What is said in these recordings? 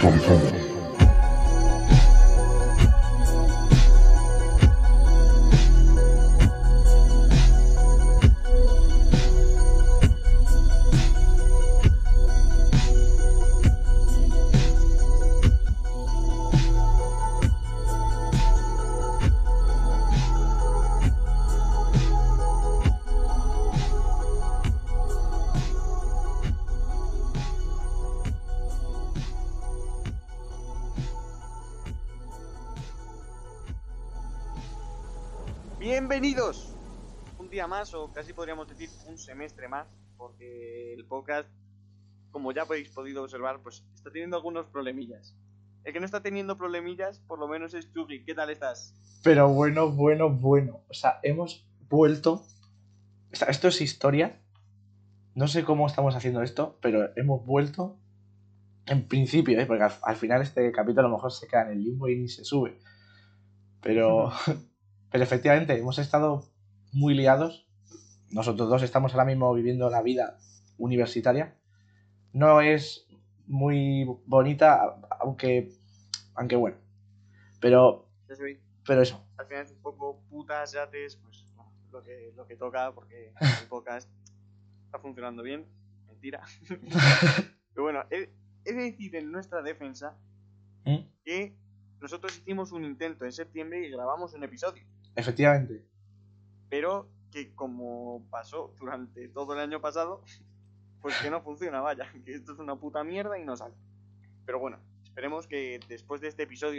actualizado. Bienvenidos un día más, o casi podríamos decir un semestre más, porque el podcast, como ya habéis podido observar, pues está teniendo algunos problemillas. El que no está teniendo problemillas, por lo menos es Chugi. ¿Qué tal estás? Pero bueno. O sea, hemos vuelto. O sea, esto es historia. No sé cómo estamos haciendo esto, pero hemos vuelto. En principio, porque al final este capítulo a lo mejor se queda en el limbo y ni se sube. Pero, pero efectivamente, hemos estado muy liados. Nosotros dos estamos ahora mismo viviendo la vida universitaria. No es muy bonita, aunque bueno. Pero eso. Al final es un poco putas, yates, pues bueno, lo que toca, porque el podcast está funcionando bien. Mentira. Pero bueno, he de decir en nuestra defensa que nosotros hicimos un intento en septiembre y grabamos un episodio. Efectivamente. Pero que como pasó durante todo el año pasado, pues que no funciona, vaya, que esto es una puta mierda y no sale. Pero bueno, esperemos que después de este episodio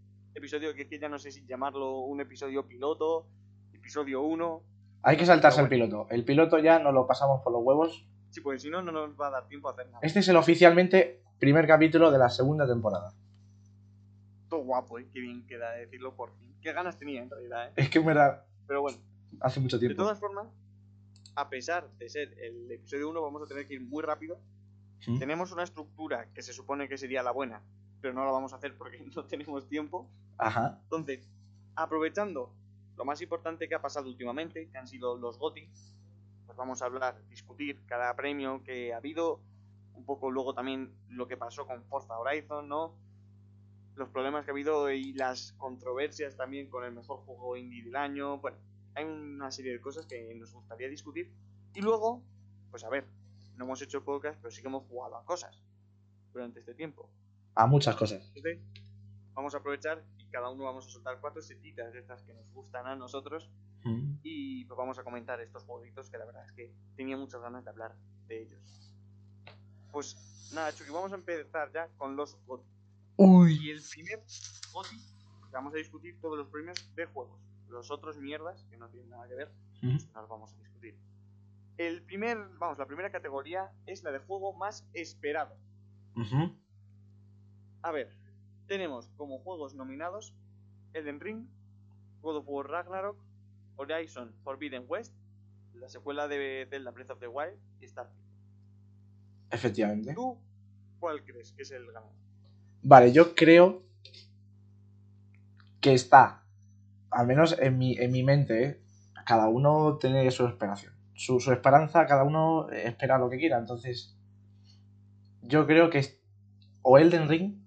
que es que ya no sé si llamarlo un episodio piloto, episodio 1. Hay que saltarse el piloto. El piloto ya nos lo pasamos por los huevos. Sí, pues si no, no nos va a dar tiempo a hacer nada. Este es el oficialmente primer capítulo de la segunda temporada. Todo guapo, qué bien queda decirlo por fin. Qué ganas tenía en realidad, Es que me da... Pero bueno, hace mucho tiempo. De todas formas, a pesar de ser el episodio 1, vamos a tener que ir muy rápido. Tenemos una estructura que se supone que sería la buena, pero no la vamos a hacer porque no tenemos tiempo. Ajá. Entonces, aprovechando lo más importante que ha pasado últimamente, que han sido los GOTY, pues vamos a hablar, discutir cada premio que ha habido, un poco luego también lo que pasó con Forza Horizon, ¿no? Los problemas que ha habido y las controversias también con el mejor juego indie del año. Bueno, hay una serie de cosas que nos gustaría discutir. Y luego, pues a ver, no hemos hecho podcast, pero sí que hemos jugado a cosas durante este tiempo. A muchas cosas. Entonces, vamos a aprovechar y cada uno vamos a soltar 4 setitas de estas que nos gustan a nosotros. Y pues vamos a comentar estos jueguitos que la verdad es que tenía muchas ganas de hablar de ellos. Pues nada, Chucky, vamos a empezar ya con los GOTY. Y el primer GOTY, vamos a discutir todos los premios de juegos. Los otros mierdas, que no tienen nada que ver, pues no los vamos a discutir. La primera categoría es la de juego más esperado. A ver, tenemos como juegos nominados Elden Ring, God of War Ragnarok, Horizon Forbidden West, la secuela de Zelda Breath of the Wild y Starfield. Efectivamente. ¿Tú cuál crees que es el ganador? Vale, yo creo que está, al menos en mi mente, cada uno tiene su esperación. Su esperanza, cada uno espera lo que quiera. Entonces, yo creo que es o Elden Ring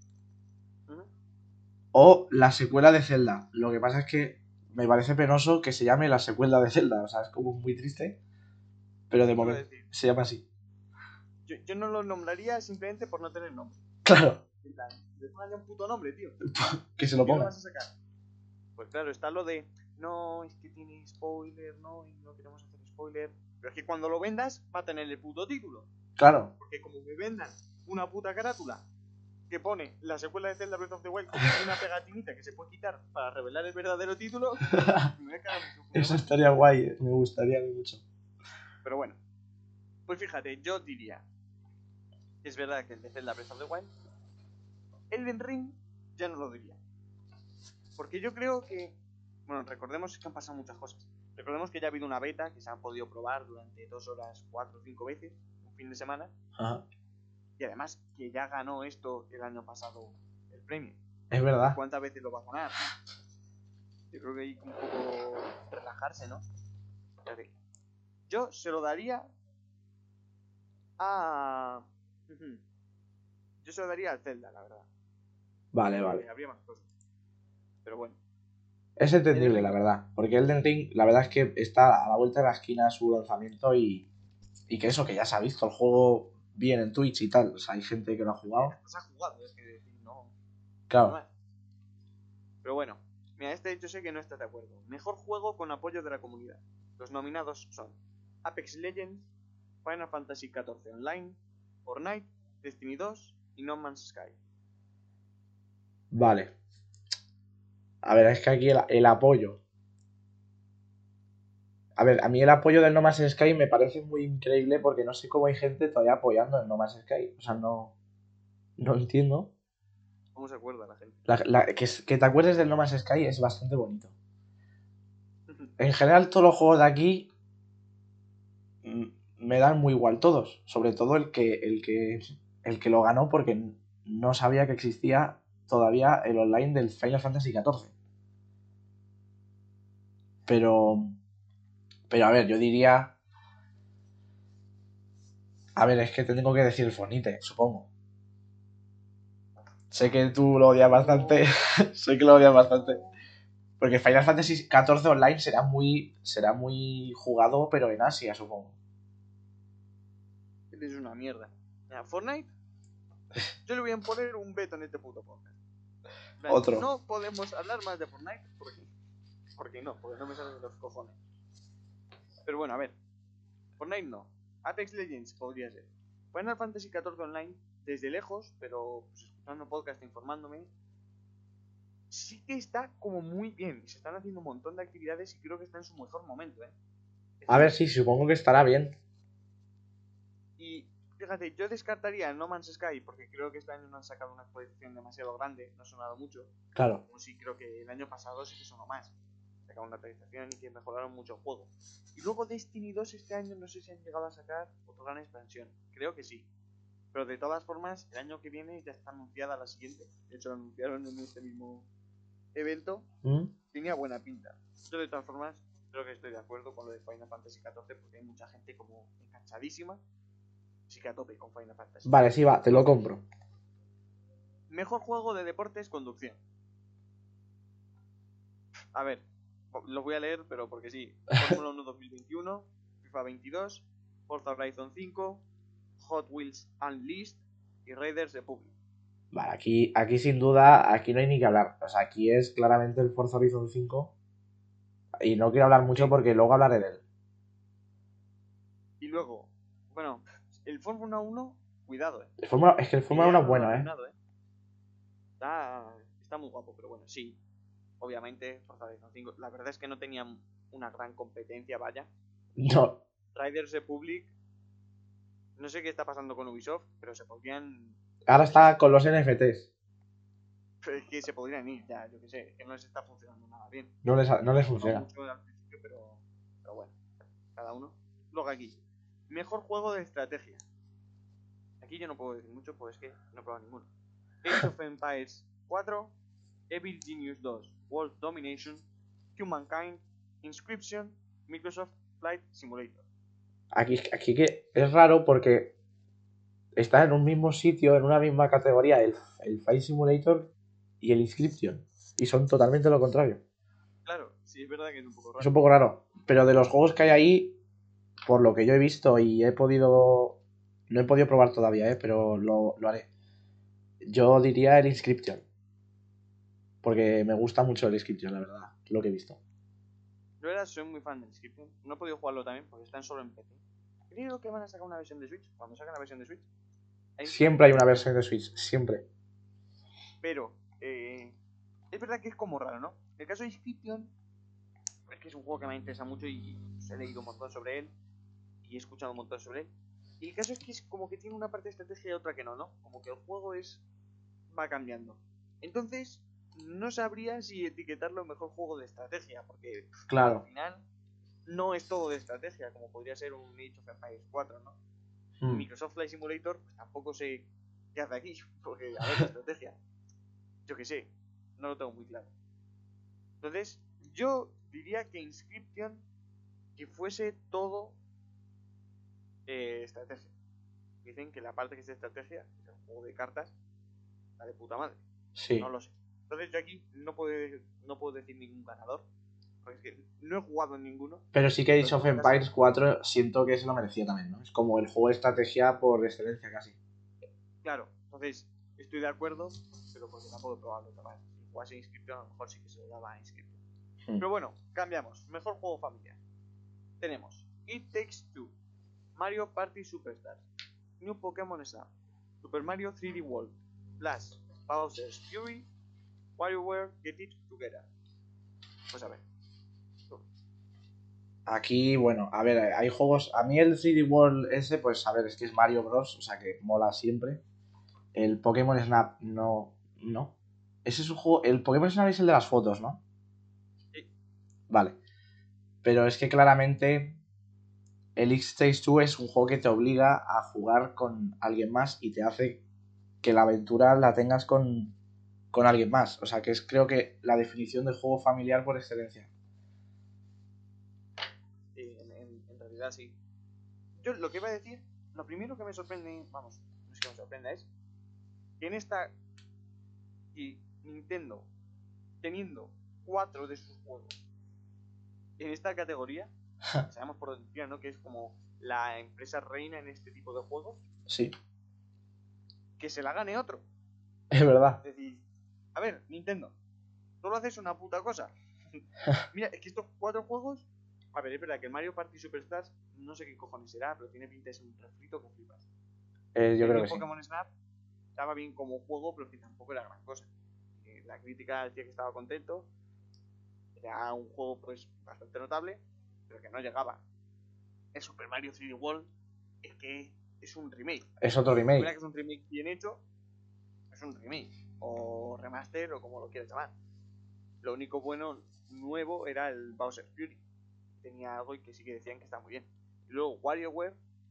o la secuela de Zelda. Lo que pasa es que me parece penoso que se llame la secuela de Zelda. O sea, es como muy triste. Pero de momento se llama así. Yo no lo nombraría simplemente por no tener nombre. Claro. Le pongan un puto nombre, tío. Que se lo ponga. ¿Qué vas a sacar? Pues claro, está lo de no, es que tiene spoiler, no, y no queremos hacer spoiler. Pero es que cuando lo vendas va a tener el puto título. Claro. Porque como me vendan una puta carátula que pone la secuela de Zelda Breath of the Wild con una pegatinita que se puede quitar para revelar el verdadero título, me voy a cagar mucho. Eso estaría guay, me gustaría mucho. Pero bueno, pues fíjate, yo diría, es verdad que el de Zelda Breath of the Wild, Elden Ring ya no lo diría. Porque yo creo que, bueno, recordemos que han pasado muchas cosas. Recordemos que ya ha habido una beta que se ha podido probar durante 2 horas, 4 o 5 veces, un fin de semana. Ajá. Y además que ya ganó esto el año pasado el premio. Es verdad. ¿Cuántas veces lo va a ganar? Yo creo que hay un poco relajarse, ¿no? Yo se lo daría a... Yo se lo daría al Zelda, la verdad. Vale, vale. Habría más cosas. Pero bueno. Es entendible, la verdad. Porque Elden Ring, la verdad es que está a la vuelta de la esquina su lanzamiento y que eso, que ya se ha visto el juego bien en Twitch y tal. O sea, hay gente que lo ha jugado. Se ha jugado, es que decir, no. Claro. Pero bueno, mira, yo sé que no estás de acuerdo. Mejor juego con apoyo de la comunidad. Los nominados son Apex Legends, Final Fantasy XIV Online, Fortnite, Destiny 2 y No Man's Sky. Vale. A ver, es que aquí el apoyo. A ver, a mí el apoyo del No Man's Sky me parece muy increíble porque no sé cómo hay gente todavía apoyando el No Man's Sky. O sea, no entiendo. ¿Cómo se acuerda la gente? Que te acuerdes del No Man's Sky es bastante bonito. En general, todos los juegos de aquí me dan muy igual todos. Sobre todo el que lo ganó porque no sabía que existía todavía el online del Final Fantasy XIV. Pero a ver, yo diría... A ver, es que te tengo que decir el Fornite, supongo. Sé que tú lo odias bastante. Sé que lo odias bastante. Porque Final Fantasy XIV Online será muy jugado, pero en Asia, supongo. Es una mierda. Mira, Fortnite, yo le voy a poner un veto en este puto podcast. Otro. No podemos hablar más de Fortnite porque no me salen de los cojones. Pero bueno, a ver. Fortnite no. Apex Legends podría ser. Final Fantasy XIV Online, desde lejos, pero pues, escuchando podcast, informándome, sí que está como muy bien. Se están haciendo un montón de actividades y creo que está en su mejor momento, ¿eh? A ver, sí, supongo que estará bien. Y fíjate, yo descartaría el No Man's Sky porque creo que este año no han sacado una actualización demasiado grande, no ha sonado mucho. Claro. Como sí, creo que el año pasado sí que sonó más. Sacaron una actualización y que mejoraron mucho el juego. Y luego Destiny 2 este año no sé si han llegado a sacar otra gran expansión. Creo que sí. Pero de todas formas, el año que viene ya está anunciada la siguiente. De hecho, lo anunciaron en este mismo evento. Tenía buena pinta. Yo de todas formas creo que estoy de acuerdo con lo de Final Fantasy XIV porque hay mucha gente como enganchadísima. Así que a tope con Final Fantasy. Vale, sí, va, te lo compro. Mejor juego de deportes, conducción. A ver, lo voy a leer, pero porque sí. Fórmula 1 2021, FIFA 22, Forza Horizon 5, Hot Wheels Unleashed y Raiders Republic. Vale, aquí sin duda, aquí no hay ni que hablar. O sea, aquí es claramente el Forza Horizon 5. Y no quiero hablar mucho porque luego hablaré de él. Y luego, bueno, el Fórmula 1, cuidado, Es que el Fórmula 1 es bueno, arruinado, Está muy guapo, pero bueno, sí. Obviamente, Forza Horizon 5. La verdad es que no tenían una gran competencia, vaya. No. Riders Republic. No sé qué está pasando con Ubisoft, pero se podrían. Ahora está con los NFTs. Es que se podrían ir ya, yo que sé. Que no les está funcionando nada bien. No les funciona. Mucho al principio, pero bueno, cada uno. Luego aquí, mejor juego de estrategia. Aquí yo no puedo decir mucho, pues es que no he probado ninguno. Age of Empires 4, Evil Genius 2, World Domination, Humankind, Inscription, Microsoft Flight Simulator. Aquí que es raro porque está en un mismo sitio, en una misma categoría, el Flight Simulator y el Inscription. Y son totalmente lo contrario. Claro, sí, es verdad que es un poco raro. Es un poco raro. Pero de los juegos que hay ahí, por lo que yo he visto y he podido... No he podido probar todavía, pero lo haré. Yo diría el Inscription. Porque me gusta mucho el Inscription, la verdad. Lo que he visto. Yo soy muy fan del Inscription. No he podido jugarlo también porque están solo en PC. Creo que van a sacar una versión de Switch. Cuando saquen la versión de Switch. Siempre hay una versión de Switch. Siempre. Pero, es verdad que es como raro, ¿no? El caso de Inscription es que es un juego que me interesa mucho y he leído un montón sobre él y he escuchado un montón sobre él. Y el caso es que es como que tiene una parte de estrategia y otra que no, ¿no? Como que el juego va cambiando. Entonces, no sabría si etiquetarlo mejor juego de estrategia, porque claro, al final no es todo de estrategia, como podría ser un Age of Empires 4, ¿no? Microsoft Flight Simulator, pues tampoco sé qué hace aquí, porque, a ver, estrategia. Yo qué sé, no lo tengo muy claro. Entonces, yo diría que Inscription que fuese todo estrategia. dicen que la parte que es de estrategia, el juego de cartas, la de puta madre. Sí. No lo sé. Entonces yo aquí no puedo decir ningún ganador. Porque es que no he jugado en ninguno. Pero sí que Age of Empires 4 siento que se lo merecía también, ¿no? Es como el juego de estrategia por excelencia casi. Claro, entonces estoy de acuerdo, pero porque tampoco he probado también. Si jugase Inscription, a lo mejor sí que se lo daba a Inscription. Pero bueno, cambiamos. Mejor juego familiar. Tenemos It Takes Two, Mario Party Superstars, New Pokémon Snap, Super Mario 3D World, Plus, Bowser's Fury, WarioWare Get It Together. Pues a ver. Aquí, bueno, a ver, hay juegos. A mí el 3D World ese, pues a ver, es que es Mario Bros. O sea que mola siempre. El Pokémon Snap, no. No. Ese es un juego. El Pokémon Snap es el de las fotos, ¿no? Sí. Vale. Pero es que claramente el X-Stage 2 es un juego que te obliga a jugar con alguien más y te hace que la aventura la tengas con alguien más. O sea que es creo que la definición de juego familiar por excelencia. Sí, en realidad sí. Yo lo que iba a decir, lo primero que me sorprende, vamos, no es que me sorprenda, es que en esta y Nintendo teniendo 4 de sus juegos en esta categoría, sabemos por dónde tira, ¿no? Que es como la empresa reina en este tipo de juegos. Sí. Que se la gane otro. Es verdad. Es decir, a ver, Nintendo, solo haces una puta cosa. Mira, es que estos 4 juegos. A ver, es verdad que el Mario Party Superstars, no sé qué cojones será, pero tiene pinta de ser un refrito que flipas. Yo creo que Pokémon Snap estaba bien como juego, pero que tampoco era gran cosa. La crítica decía que estaba contento. Era un juego pues bastante notable, pero que no llegaba. El Super Mario 3D World es que es un remake. Es otro remake. Mira que es un remake bien hecho, es un remake. O remaster, o como lo quieras llamar. Lo único bueno, nuevo, era el Bowser's Fury. Tenía algo y que sí que decían que está muy bien. Y luego WarioWare,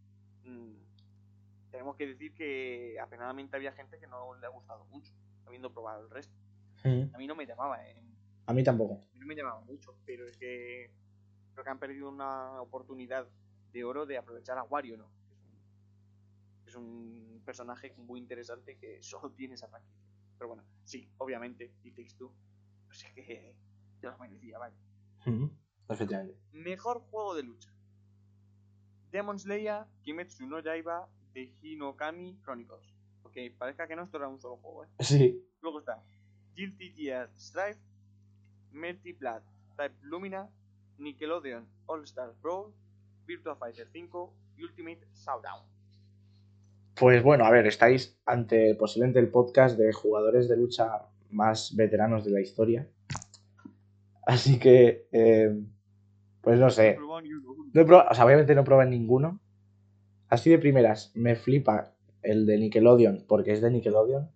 tenemos que decir que apenadamente había gente que no le ha gustado mucho, habiendo probado el resto. A mí no me llamaba, A mí tampoco. A mí no me llamaba mucho, pero es que creo que han perdido una oportunidad de oro de aprovechar a Wario, ¿no? Es un personaje muy interesante que solo tiene esa franquicia. Pero bueno, sí, obviamente, It Takes Two, pues es que yo lo merecía, vale. Efectivamente. Mejor juego de lucha. Demon Slayer, Kimetsu no Yaiba, The Hinokami Chronicles. Ok, parezca que no, esto era un solo juego, ¿eh? Sí. Luego está Guilty Gear Strive, Melty Blood, Type Lumina, Nickelodeon All-Star Brawl, Virtua Fighter 5 y Ultimate Showdown. Pues bueno, a ver, estáis ante posiblemente el podcast de jugadores de lucha más veteranos de la historia. Así que, pues no sé. No he probado, o sea, obviamente no probé ninguno. Así de primeras, me flipa el de Nickelodeon, porque es de Nickelodeon.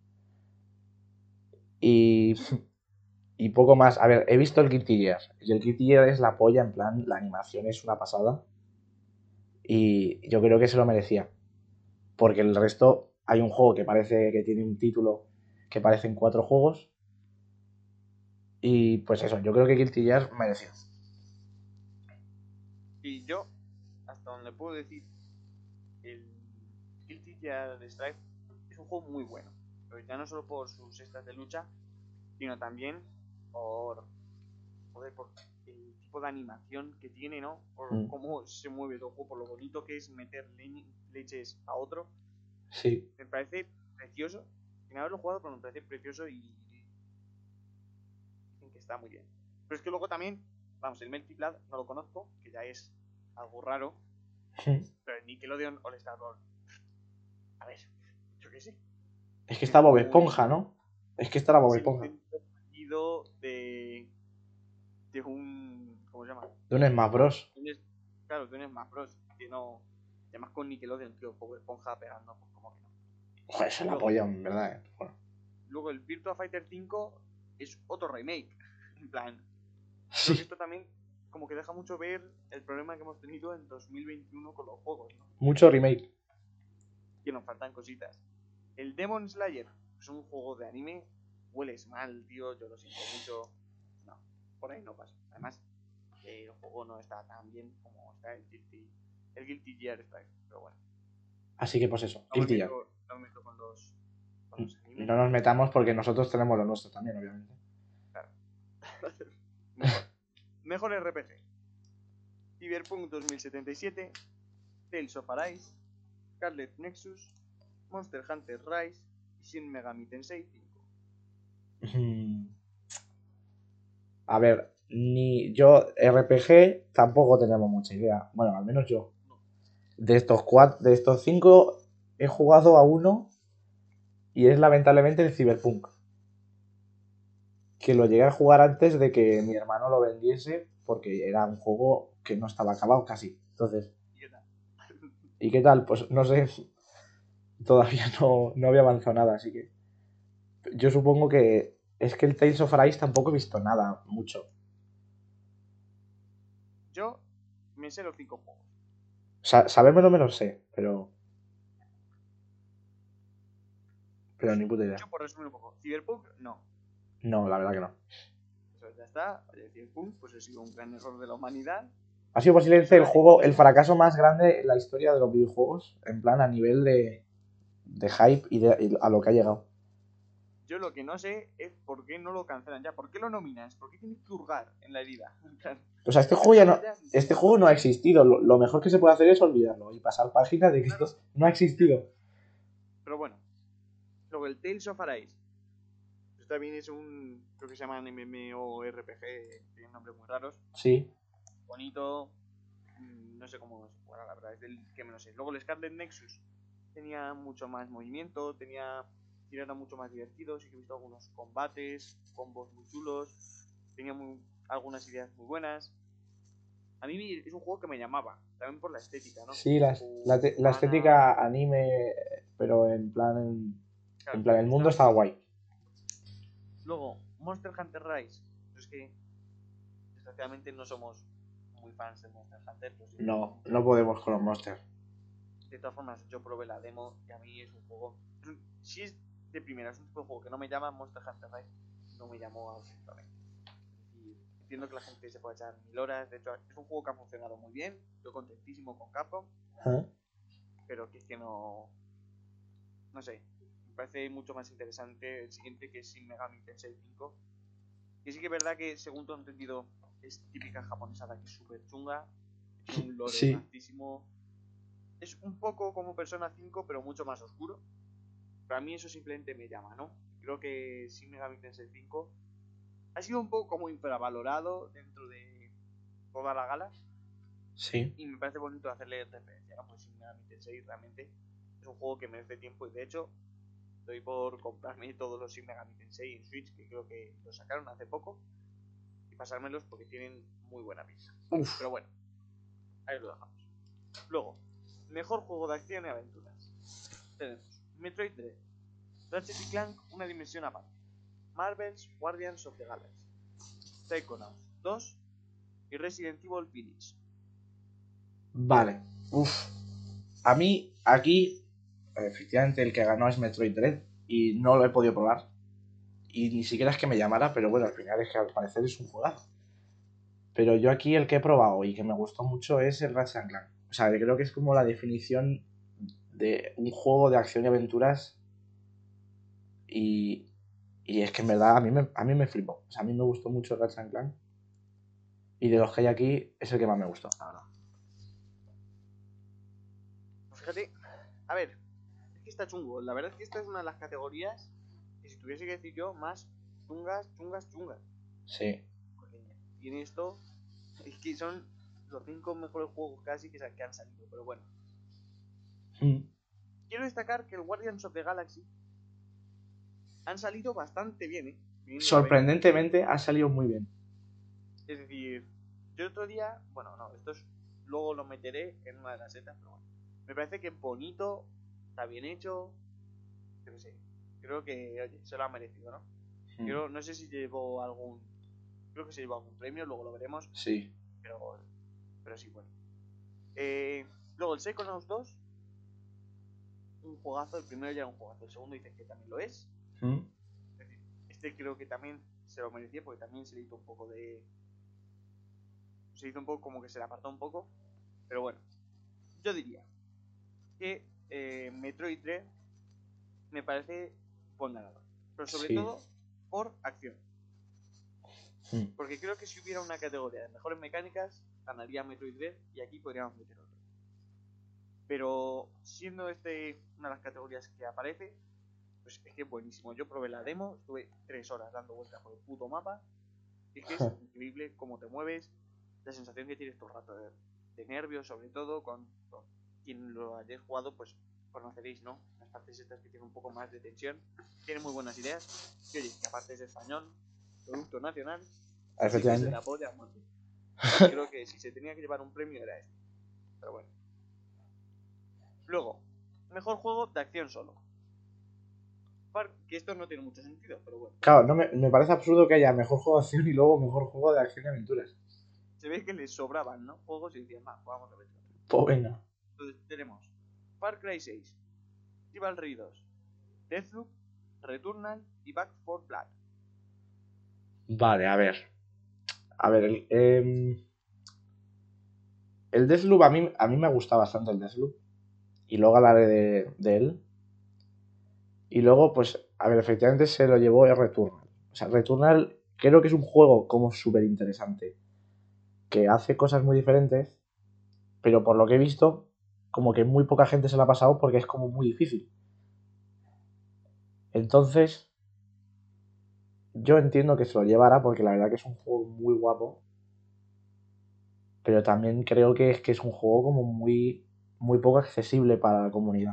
Y poco más. A ver, he visto el Guilty Gear. Y el Guilty Gear es la polla, en plan, la animación es una pasada. Y yo creo que se lo merecía. Porque el resto, hay un juego que parece que tiene un título que parecen 4 juegos. Y pues eso, yo creo que Guilty Gear mereció. Y yo, hasta donde puedo decir, el Guilty Gear Strive es un juego muy bueno. Pero ya no solo por sus estas de lucha, sino también por el tipo de animación que tiene, ¿no? Por cómo se mueve todo, por lo bonito que es meter leches a otro. Sí. Me parece precioso. Sin haberlo jugado, pero me parece precioso y dicen que está muy bien. Pero es que luego también, vamos, el Melty Blood no lo conozco, que ya es algo raro. Pero el Nickelodeon All Star Brawl, a ver, yo qué sé. Es que está Bob Esponja, ¿no? Es que está la Bob Esponja. De un... ¿Cómo se llama? De un Smash Bros. Claro, de un Smash Bros. Que no... Además con Nickelodeon, tío, Bob Esponja pegando, pues como que no. Joder, se la apoya, en verdad. Bueno. Luego el Virtua Fighter 5 es otro remake. En plan... Sí. Creo que esto también como que deja mucho ver el problema que hemos tenido en 2021 con los juegos, ¿no? Mucho remake. Que nos faltan cositas. El Demon Slayer es un juego de anime. Hueles mal, tío, yo lo siento mucho. No, por ahí no pasa. Además, el juego no está tan bien como está el Guilty Gear Strive. Pero bueno. Así que pues eso, No me Guilty Gear. meto, no me meto con los animes. No nos metamos porque nosotros tenemos lo nuestro también, obviamente. Claro. Mejor RPG. Cyberpunk 2077, Tales of Arise, Scarlet Nexus, Monster Hunter Rise y Shin Megami Tensei 5. A ver, ni yo RPG tampoco tenemos mucha idea. Bueno, al menos yo. De estos 5 he jugado a uno y es lamentablemente el Cyberpunk. Que lo llegué a jugar antes de que mi hermano lo vendiese porque era un juego que no estaba acabado casi. Entonces, ¿Y qué tal? ¿y qué tal? Pues no sé, todavía no había avanzado nada, así que yo supongo que es que el Tales of Arise tampoco he visto nada, mucho. Yo me sé los 5 juegos. Sabérmelo me lo sé, pero ni puta idea. Yo por resumir un poco, Cyberpunk no. No, la verdad que no. Eso ya está. Oye, Cyberpunk pues ha sido un gran error de la humanidad. Ha sido posiblemente el juego, el fracaso más grande en la historia de los videojuegos, en plan a nivel de hype y a lo que ha llegado. Yo lo que no sé es por qué no lo cancelan ya. ¿Por qué lo nominas? ¿Por qué tienes que hurgar en la herida? O sea, este juego no ha existido. Lo mejor que se puede hacer es olvidarlo y pasar páginas de que esto no ha existido. Pero bueno, luego el Tales of Arise. Esto también es creo que se llaman MMORPG, tienen nombres muy raros. Sí. Bonito, no sé cómo se jugará, la verdad, es del que menos sé. Luego el Scarlet Nexus tenía mucho más movimiento, era mucho más divertido, sí que he visto algunos combates, combos muy chulos, tenía algunas ideas muy buenas. A mí es un juego que me llamaba, también por la estética, ¿no? Sí, la estética anime, pero en plan, el mundo estaba guay. Luego, Monster Hunter Rise, pero es que desgraciadamente no somos muy fans de Monster Hunter. No podemos con los Monsters. De todas formas, yo probé la demo y a mí es un juego. Si es de primera, es un tipo de juego que no me llama Monster Hunter Rise, no me llamó absolutamente. Y entiendo que la gente se puede echar 1000 horas. De hecho, es un juego que ha funcionado muy bien. Estoy contentísimo con Capcom. Pero que es que no. No sé. Me parece mucho más interesante el siguiente, que es Shin Megami Tensei 5. Que sí que es verdad que, según todo entendido, es típica japonesada, que es súper chunga. Tiene un lore altísimo. Es un poco como Persona 5, pero mucho más oscuro. Pero a mí eso simplemente me llama, ¿no? Creo que Shin Megami Tensei 5 ha sido un poco como infravalorado dentro de toda la gala. Sí. Y me parece bonito hacerle referencia, ¿no? Pues Shin Megami Tensei realmente es un juego que merece tiempo, y de hecho estoy por comprarme todos los Shin Megami Tensei en Switch, que creo que los sacaron hace poco, y pasármelos porque tienen muy buena pinta. Pero bueno, ahí lo dejamos. Luego, mejor juego de acción y aventuras. Tenemos Metroid Dread, Ratchet & Clank, una dimensión aparte, Marvel's Guardians of the Galaxy, Psychonauts 2 y Resident Evil Village. Vale. A mí, aquí, efectivamente, el que ganó es Metroid Dread y no lo he podido probar. Y ni siquiera es que me llamara, pero bueno, al final es que al parecer es un juegazo. Pero yo aquí el que he probado y que me gustó mucho es el Ratchet & Clank. O sea, creo que es como la definición de un juego de acción y aventuras. Y es que en verdad a mí me flipó. O sea, a mí me gustó mucho el Ratchet & Clank. Y de los que hay aquí es el que más me gustó, la verdad. Pues fíjate, a ver, es que está chungo. La verdad es que esta es una de las categorías que, si tuviese que decir yo, más chungas. Sí. Porque tiene esto, es que son los 5 mejores juegos casi que han salido, pero bueno. Quiero destacar que el Guardians of the Galaxy han salido bastante bien, Sorprendentemente ha salido muy bien. Es decir, yo otro día, bueno, no, luego lo meteré en una de las setas, pero bueno, me parece que es bonito, está bien hecho, yo qué sé, creo que, oye, se lo ha merecido, ¿no? No sé si creo que se llevó algún premio, luego lo veremos. Sí. Pero sí, bueno. Luego el Psychonauts 2, un juegazo. El primero ya era un juegazo, el segundo dice que también lo es. Es decir, este creo que también se lo merecía, porque también se le hizo un poco como que se le apartó un poco. Pero bueno, yo diría que Metroid Dread me parece buen ganador. Pero sobre Sí. todo por acción. Mm. Porque creo que si hubiera una categoría de mejores mecánicas, ganaría Metroid Dread y aquí podríamos meter otro. Pero siendo una de las categorías que aparece, pues es que es buenísimo. Yo probé la demo, estuve 3 horas dando vueltas por el puto mapa. Y es que es increíble cómo te mueves, la sensación que tienes todo el rato de nervios, sobre todo con quien lo hayáis jugado, pues conoceréis, ¿no? Las partes estas que tienen un poco más de tensión. Tiene muy buenas ideas. Y oye, que aparte es español, producto nacional, así que se la apoya a muerte. Creo que si se tenía que llevar un premio era este. Pero bueno. Luego, mejor juego de acción solo. Que esto no tiene mucho sentido, pero bueno. Claro, no me parece absurdo que haya mejor juego de acción y luego mejor juego de acción y aventuras. Se ve que les sobraban, ¿no? Juegos y decían, vamos a ver. Pues venga. Entonces tenemos Far Cry 6, Chivalry 2, Deathloop, Returnal y Back 4 Blood. Vale, a ver. A ver, el Deathloop a mí me gusta bastante el Deathloop. Y luego hablaré de él. Y luego, pues, a ver, efectivamente se lo llevó Returnal. O sea, Returnal creo que es un juego como súper interesante. Que hace cosas muy diferentes. Pero por lo que he visto, como que muy poca gente se lo ha pasado porque es como muy difícil. Entonces, yo entiendo que se lo llevará porque la verdad que es un juego muy guapo. Pero también creo que es un juego como muy, muy poco accesible para la comunidad.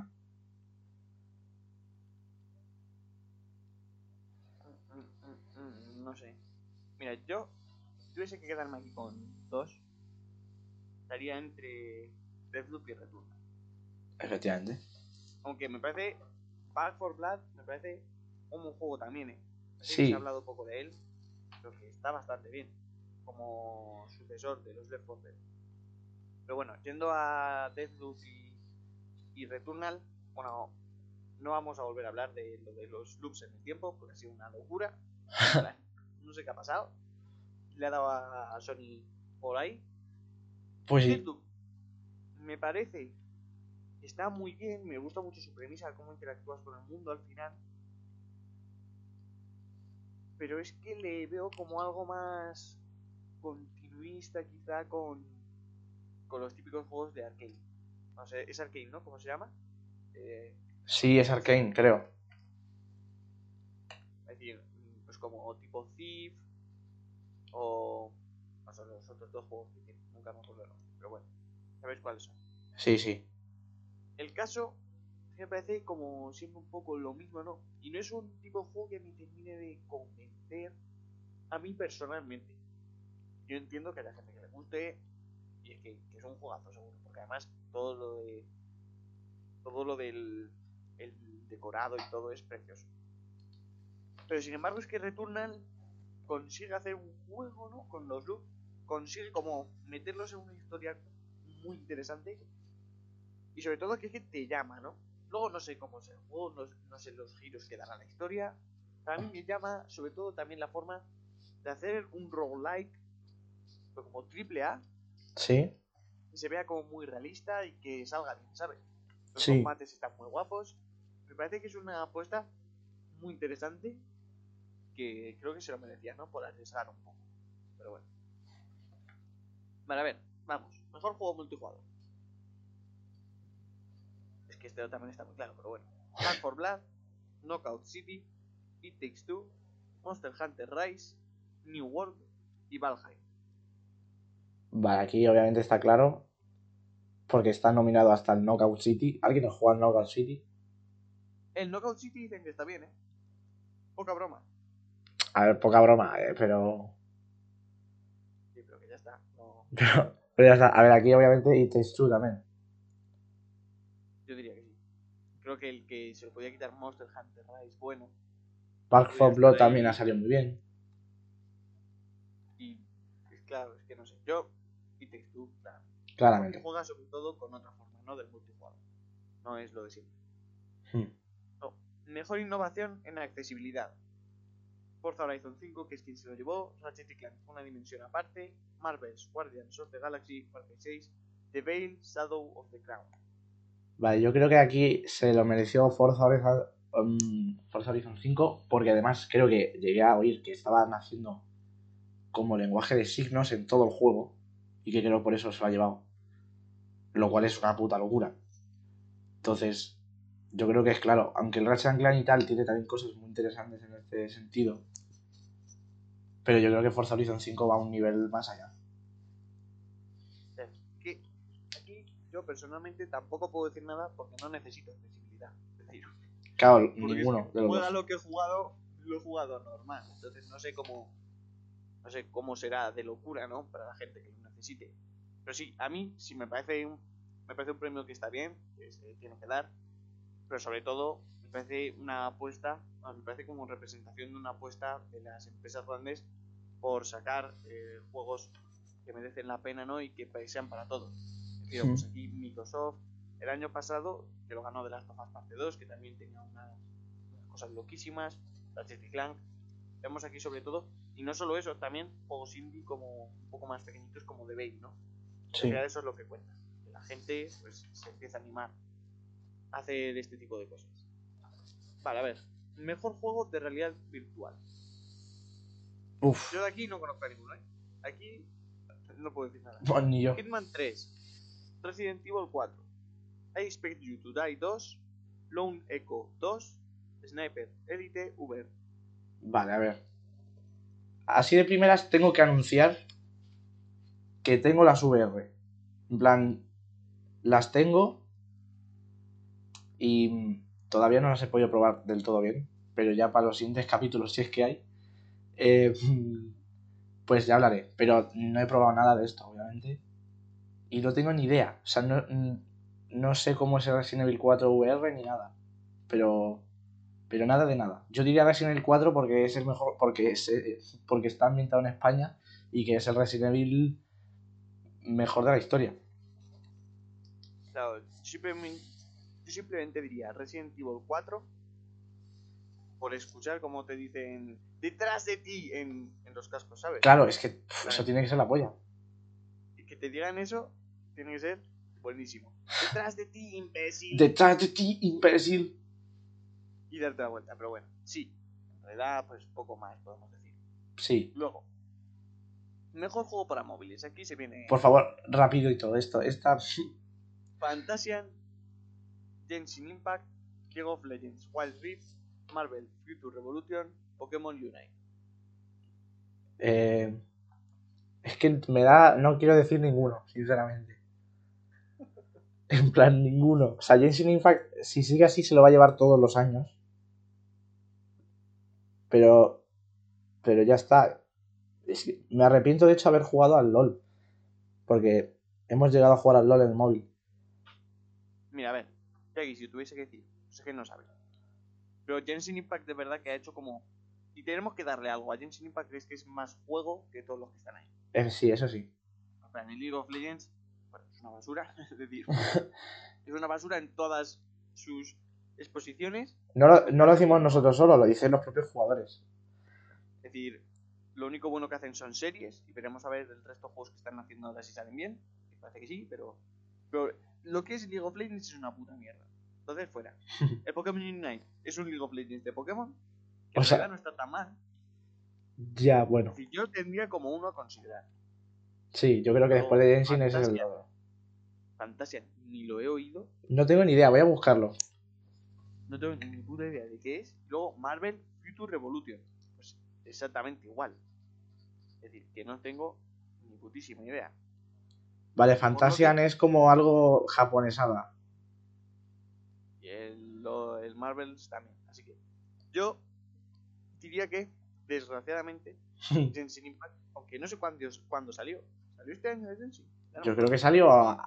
No sé. Mira, yo tuviese que quedarme aquí con 2. Estaría entre Deathloop y Returnal. Efectivamente. Aunque me parece Back 4 Blood, me parece un buen juego también, ¿eh? Sé que se ha Sí, hablado poco de él, pero que está bastante bien. Como sucesor de los Left 4 Dead. Pero bueno, yendo a Deathloop y Returnal, bueno, no vamos a volver a hablar de lo de los loops en el tiempo, porque ha sido una locura. No sé qué ha pasado. Le ha dado a Sony por ahí. pues Y sí. Deathloop, me parece que está muy bien, me gusta mucho su premisa, cómo interactúas con el mundo al final. Pero es que le veo como algo más continuista quizá con los típicos juegos de Arcane. No sé, es Arcane, ¿no? ¿Cómo se llama? Sí, es Arcane, creo. Es decir, pues como tipo Thief o sea, los otros 2 juegos que tiene, nunca me acuerdo el nombre, pero bueno, sabéis cuáles son. Sí, sí. El caso me parece como siempre un poco lo mismo, ¿no? Y no es un tipo de juego que me termine de convencer a mí personalmente. Yo entiendo que haya gente que le guste y es que es un juegazo seguro, porque además todo lo del el decorado y todo es precioso. Pero sin embargo es que Returnal consigue hacer un juego, ¿no? Con los loops, consigue como meterlos en una historia muy interesante y sobre todo que te llama, ¿no? Luego no sé cómo es el juego, no sé los giros que dará la historia. Para mí me llama sobre todo también la forma de hacer un roguelike como triple A, Sí. que se vea como muy realista y que salga bien, ¿sabes? Los Sí. combates están muy guapos. Me parece que es una apuesta muy interesante que creo que se lo merecía, ¿no? Por arriesgar un poco. Pero bueno. Vale, a ver, vamos. Mejor juego multijugador. Es que este también está muy claro, pero bueno. Back 4 Blood, Knockout City, It Takes Two, Monster Hunter Rise, New World y Valheim. Vale, aquí obviamente está claro. Porque está nominado hasta el Knockout City. ¿Alguien juega al Knockout City? El Knockout City dicen que está bien, ¿eh? Poca broma. A ver, poca broma, pero... Sí, pero que ya está. No... pero ya está. A ver, aquí obviamente It Takes Two también. Yo diría que sí. Creo que el que se lo podía quitar Monster Hunter Rise, bueno. Back 4 Blood también ha ahí... salido muy bien. Y claro, es que no sé. Yo, It Takes Two, claro. Claramente. Porque juega sobre todo con otra forma, ¿no? Del multijugador. No es lo de siempre. No. Mejor innovación en accesibilidad. Forza Horizon 5, que es quien se lo llevó, Ratchet & Clank, una dimensión aparte, Marvel's Guardians of the Galaxy, Far Cry 6, The Veil, Shadow of the Crown. Vale, yo creo que aquí se lo mereció Forza Horizon 5, porque además creo que llegué a oír que estaban haciendo como lenguaje de signos en todo el juego y que creo por eso se lo ha llevado. Lo cual es una puta locura. Entonces, yo creo que es claro, aunque el Ratchet Clank y tal tiene también cosas muy interesantes en este sentido, pero yo creo que Forza Horizon 5 va a un nivel más allá. Es que aquí yo personalmente tampoco puedo decir nada porque no necesito accesibilidad. Es decir, Claro, porque es que ninguno de los juega dos. lo que he jugado, lo he jugado normal. Entonces no sé cómo será de locura, ¿no? Para la gente que lo necesite. Pero sí, a mí sí me parece un premio que está bien, que se tiene que dar, pero sobre todo me parece una apuesta, me parece como representación de una apuesta de las empresas grandes por sacar juegos que merecen la pena, ¿no? Y que sean para todos. Es decir, pues aquí Microsoft el año pasado, que lo ganó de Last of Us Parte 2, que también tenía unas cosas loquísimas, Ratchet y Clank, vemos aquí sobre todo, y no solo eso, también juegos indie como un poco más pequeñitos como The Bane, ¿no? Sí. Eso es lo que cuenta, que la gente pues se empieza a animar a hacer este tipo de cosas. Vale, a ver, mejor juego de realidad virtual. Uf. Yo de aquí no conozco a ninguno, ¿eh? Aquí no puedo decir nada. No, ni yo. Hitman 3, Resident Evil 4, I Expect You to Die 2, Lone Echo 2, Sniper Elite VR. Vale, a ver. Así de primeras tengo que anunciar que tengo las VR. En plan, las tengo y todavía no las he podido probar del todo bien, pero ya para los siguientes capítulos, si es que hay, pues ya hablaré. Pero no he probado nada de esto, obviamente. Y no tengo ni idea. O sea, no sé cómo es el Resident Evil 4 VR ni nada. Pero nada de nada. Yo diría Resident Evil 4 porque es el mejor, porque está ambientado en España y que es el Resident Evil mejor de la historia. Claro, yo simplemente diría Resident Evil 4 por escuchar cómo te dicen detrás de ti en los cascos, ¿sabes? Claro, es que eso tiene que ser la polla. Y que te digan eso tiene que ser buenísimo. Detrás de ti, imbécil. Detrás de ti, imbécil. Y darte la vuelta, pero bueno, sí. En realidad, pues poco más podemos decir. Sí. Luego, mejor juego para móviles. Aquí se viene. Por favor, rápido y todo esto. Fantasian, Genshin Impact, League of Legends, Wild Rift, Marvel Future Revolution, Pokémon Unite. Es que me da. No quiero decir ninguno, sinceramente. En plan, ninguno. O sea, Genshin Impact, si sigue así, se lo va a llevar todos los años. Pero ya está. Es que me arrepiento de hecho haber jugado al LOL. Porque hemos llegado a jugar al LOL en el móvil. Mira, a ver, Yagi, si tuviese que decir, pues es que no sabe. Pero Genshin Impact de verdad que ha hecho como. Y tenemos que darle algo. A Genshin Impact es que es más juego que todos los que están ahí. Sí, eso sí. O sea, en el League of Legends, bueno, es una basura. Es decir, es una basura en todas sus exposiciones. No lo decimos nosotros solo, lo dicen los propios jugadores. Es decir, lo único bueno que hacen son series. Y veremos a ver el resto de juegos que están haciendo ahora si salen bien. Que parece que sí, pero lo que es League of Legends es una puta mierda. Entonces, fuera. El Pokémon Unite es un League of Legends de Pokémon. Que en realidad no está tan mal. Ya, bueno. Es decir, yo tendría como uno a considerar. Sí, yo creo que después de Genshin ese es el logro. Fantasia, ni lo he oído. No tengo ni idea, voy a buscarlo. No tengo ni puta idea de qué es. Luego, Marvel Future Revolution. Pues exactamente igual. Es decir, que no tengo ni putísima idea. Vale, Fantasian es como algo japonesada. Y el Marvels también. Así que yo diría que, desgraciadamente, Genshin Impact, aunque no sé cuándo salió. ¿Salió este año de Genshin? Yo creo que salió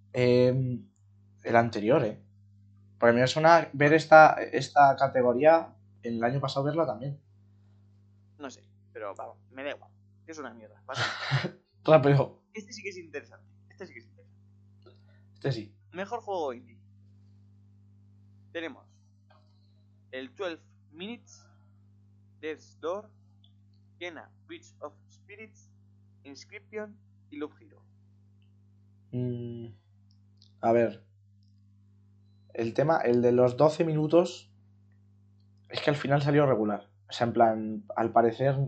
el anterior, Porque me suena ver esta categoría el año pasado verla también. No sé, pero vamos, me da igual. Es una mierda. Rápido. Este sí que es interesante. Este sí. Mejor juego indie. Tenemos el 12 Minutes, Death's Door, Kena Bridge of Spirits, Inscription y Loop Hero. A ver. el tema, el de los 12 minutos, es que al final salió regular. O sea, en plan, al parecer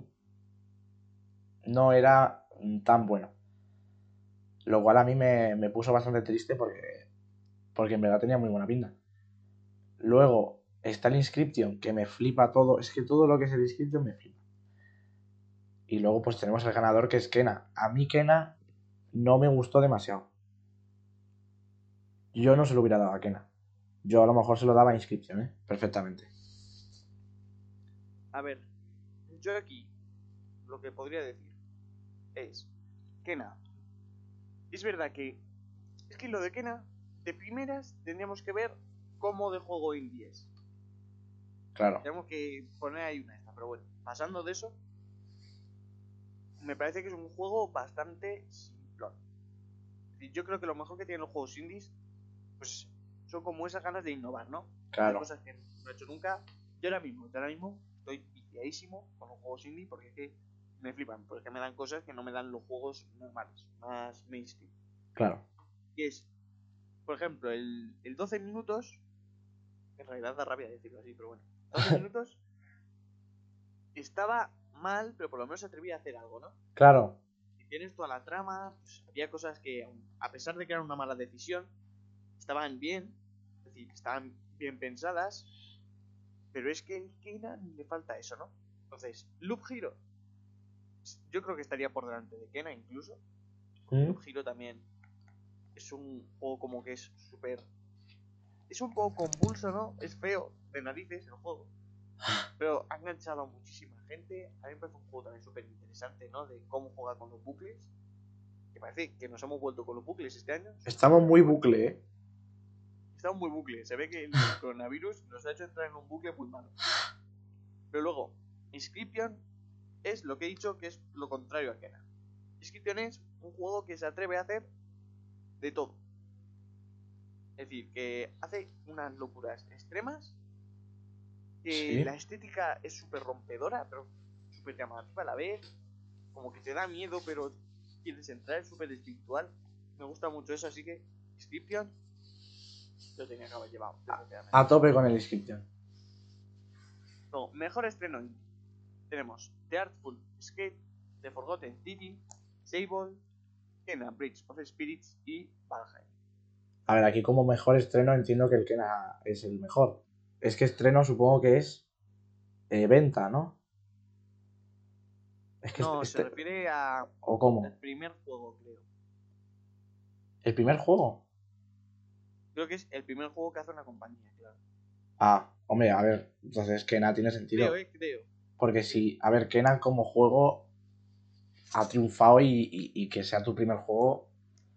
no era tan bueno. Lo cual a mí me puso bastante triste porque en verdad tenía muy buena pinta. Luego está el Inscription, que me flipa todo. Es que todo lo que es el Inscription me flipa. Y luego pues tenemos el ganador, que es Kena. A mí Kena no me gustó demasiado. Yo no se lo hubiera dado a Kena. Yo a lo mejor se lo daba a Inscription, ¿eh? Perfectamente. A ver, yo aquí lo que podría decir es Kena. Es verdad que es que lo de Kena, de primeras tendríamos que ver cómo de juego indie es. Claro. Tenemos que poner ahí una esta, pero bueno, pasando de eso, me parece que es un juego bastante simplón. Es decir, yo creo que lo mejor que tienen los juegos indies, pues son como esas ganas de innovar, ¿no? Claro. De cosas que no he hecho nunca. Yo ahora mismo estoy viciadísimo con los juegos indie porque es que me flipan, porque me dan cosas que no me dan los juegos normales, más mainstream. Claro. Y es, por ejemplo, el 12 minutos, en realidad da rabia decirlo así, pero bueno, 12 minutos estaba mal, pero por lo menos se atrevía a hacer algo, ¿no? Claro. Si tienes toda la trama, pues había cosas que, a pesar de que era una mala decisión, estaban bien, es decir, estaban bien pensadas, pero es que el Kena le falta eso, ¿no? Entonces, Loop Hero, yo creo que estaría por delante de Kena incluso. Loop Hero también es un juego como que es súper... Es un poco convulso, ¿no? Es feo de narices el juego. Pero ha enganchado a muchísima gente. A mí me parece un juego también súper interesante, ¿no? De cómo juega con los bucles. Que parece que nos hemos vuelto con los bucles este año. Estamos muy bucle, ¿eh? Estamos muy bucle. Se ve que el coronavirus nos ha hecho entrar en un bucle muy malo. Pero luego, Inscription es lo que he dicho que es lo contrario a Kena. Inscription es un juego que se atreve a hacer de todo. Es decir, que hace unas locuras extremas, que Sí. la estética es súper rompedora, pero súper llamativa a la vez, como que te da miedo, pero quieres entrar, es súper espiritual. Me gusta mucho eso, así que Inscription lo tenía que haber llevado. A tope con el Inscription. No, mejor estreno indie. Tenemos The Artful Escape, The Forgotten City, Sable, Kena Bridge of Spirits y Valheim. A ver, aquí como mejor estreno entiendo que el Kena es el mejor. Es que estreno supongo que es venta, ¿no? Es que no, se refiere a... ¿O cómo? El primer juego, creo. ¿El primer juego? Creo que es el primer juego que hace una compañía, claro. Ah, hombre, a ver, entonces Kena tiene sentido. Creo. Porque si, a ver, Kena como juego ha triunfado y que sea tu primer juego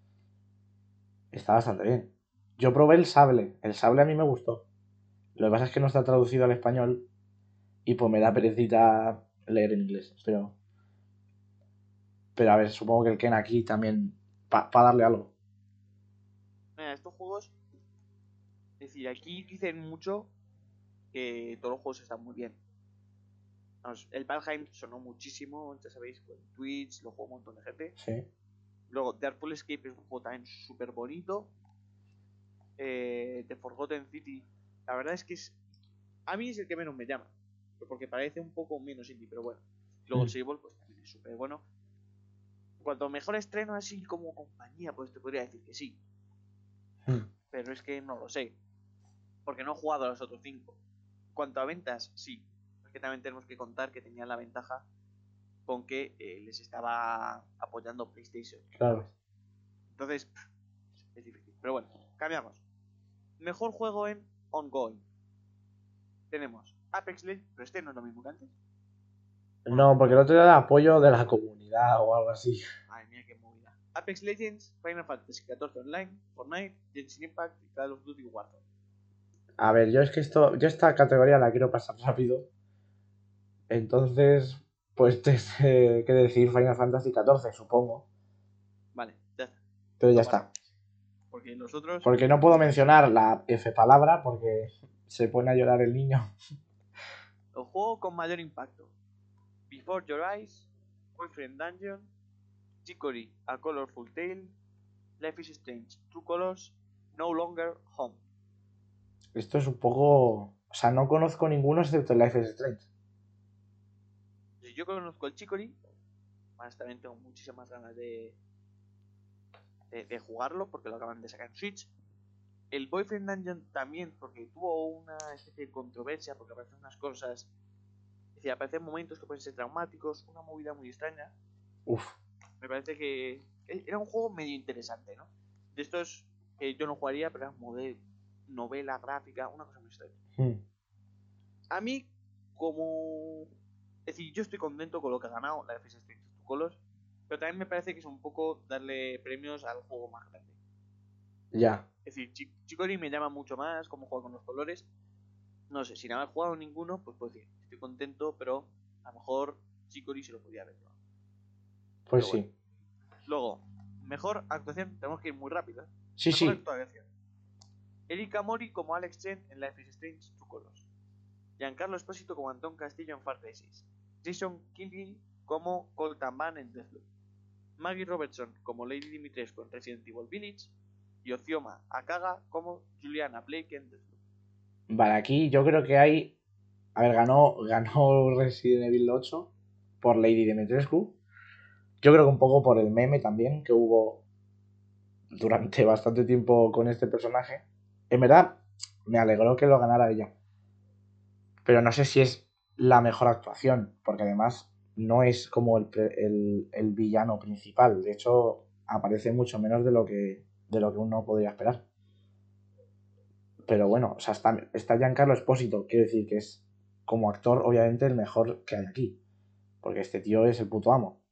está bastante bien. Yo probé el sable a mí me gustó. Lo que pasa es que no está traducido al español y pues me da perecita leer en inglés, pero a ver, supongo que el Kena aquí también para darle algo. Mira, estos juegos, es decir, aquí dicen mucho que todos los juegos están muy bien. Vamos, el Valheim sonó muchísimo, ya sabéis, con Twitch, lo jugó un montón de gente. Sí. Luego, The Artful Escape es un juego también súper bonito. The Forgotten City, la verdad es que a mí es el que menos me llama, porque parece un poco menos indie, pero bueno. Luego el Sable, pues también es súper bueno. En cuanto a mejor estreno así como compañía, pues te podría decir que sí. Pero es que no lo sé, porque no he jugado a los otros 5. En cuanto a ventas, sí. Porque también tenemos que contar que tenían la ventaja con que les estaba apoyando PlayStation. Claro. ¿Sabes? Entonces, es difícil. Pero bueno, cambiamos. Mejor juego en ongoing. Tenemos Apex Legends, pero este no es lo mismo que antes. No, porque el otro era el apoyo de la comunidad o algo así. Ay, mira qué movida. Apex Legends, Final Fantasy XIV Online, Fortnite, Genshin Impact y Call of Duty Warzone. A ver, yo es que yo esta categoría la quiero pasar rápido. Entonces, pues te sé qué decir Final Fantasy XIV, supongo. Vale, ya está. Pero ya está. Porque nosotros... Porque no puedo mencionar la F palabra porque se pone a llorar el niño. El juego con mayor impacto. Before Your Eyes, Boyfriend Dungeon, Chicory, A Colorful Tale, Life is Strange, True Colors, No Longer Home. Esto es un poco... O sea, no conozco ninguno excepto el Life is Strange. Si yo conozco el Chicory, más también tengo muchísimas ganas de jugarlo porque lo acaban de sacar en Switch. El Boyfriend Dungeon también, porque tuvo una especie de controversia, porque aparecen unas cosas, es decir, aparecen momentos que pueden ser traumáticos, una movida muy extraña. Uf. Me parece que era un juego medio interesante, ¿no? De estos que yo no jugaría, pero era novela gráfica, una cosa muy extraña. A mí, como... Es decir, yo estoy contento con lo que ha ganado la FS Street Two Colors, pero también me parece que es un poco darle premios al juego más grande. Ya. Es decir, Chicory me llama mucho más cómo juega con los colores. No sé, sin haber jugado ninguno, pues puedo decir, estoy contento, pero a lo mejor Chicory se lo podía haber llevado. Pues Pero bueno. sí. Luego, mejor actuación, tenemos que ir muy rápido. Sí, Mejor sí. actuación. Erika Mori como Alex Chen en Life is Strange Two Colors. Giancarlo Esposito como Antón Castillo en Far Cry 6. Jason Kilby como Colton Van en Deathloop. Maggie Robertson como Lady Dimitrescu en Resident Evil Village. Y Ozioma Akaga como Juliana Blake en Deathloop. Vale, aquí yo creo que hay... A ver, ganó Resident Evil 8 por Lady Dimitrescu. Yo creo que un poco por el meme también que hubo durante bastante tiempo con este personaje. En verdad, me alegró que lo ganara ella. Pero no sé si es la mejor actuación, porque además no es como el villano principal. De hecho, aparece mucho menos de lo que uno podría esperar. Pero bueno, o sea, está Giancarlo Espósito. Quiero decir que es, como actor, obviamente el mejor que hay aquí. Porque este tío es el puto amo.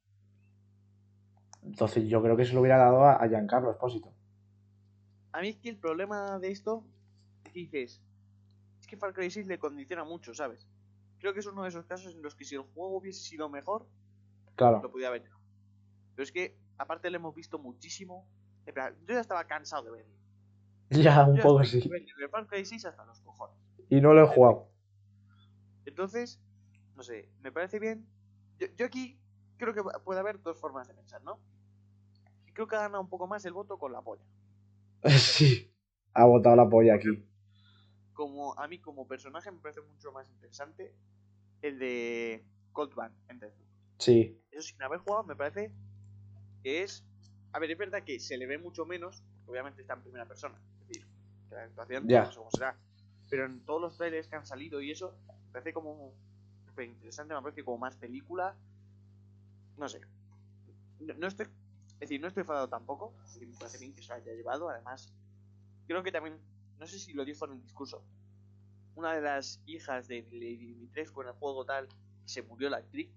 Entonces yo creo que se lo hubiera dado a Giancarlo Espósito. A mí es que el problema de esto es que dices, es que Far Cry 6 le condiciona mucho, ¿sabes? Creo que es uno de esos casos en los que si el juego hubiese sido mejor, Claro. lo podía haber hecho. Pero es que, aparte, lo hemos visto muchísimo. En plan, yo ya estaba cansado de verlo. Ya, un Yo ya poco estoy sí. de Far Cry 6 hasta los cojones. Y no lo he jugado. Entonces, no sé, me parece bien. Yo aquí creo que puede haber dos formas de pensar, ¿no? Y creo que ha ganado un poco más el voto con la polla. Sí, ha botado la polla aquí. Como a mí como personaje me parece mucho más interesante el de Colt Van en Deathloop. Sí. Eso sin haber jugado me parece que es... A ver, es verdad que se le ve mucho menos, porque obviamente está en primera persona. Es decir, que la actuación Ya. no sé cómo será. Pero en todos los trailers que han salido y eso, me parece como súper interesante, me parece como más película. No sé. No estoy... Es decir, no estoy enfadado tampoco. Me parece bien que se lo haya llevado. Además, creo que también... No sé si lo dijo en el discurso. Una de las hijas de Lady Dimitrescu en el juego tal, se murió la actriz.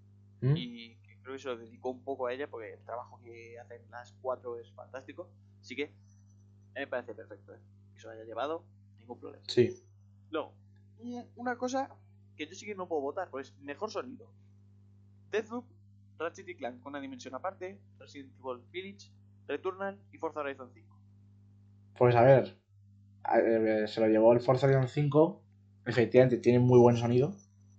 Y que creo que se lo dedicó un poco a ella porque el trabajo que hacen las cuatro es fantástico. Así que me parece perfecto, que se lo haya llevado, ningún problema. Sí. Luego, una cosa que yo sí que no puedo votar, pues mejor sonido. Deathloop, Ratchet y Clank con una dimensión aparte, Resident Evil Village, Returnal y Forza Horizon 5. Pues a ver, se lo llevó el Forza Horizon 5. Efectivamente, tiene muy buen sonido.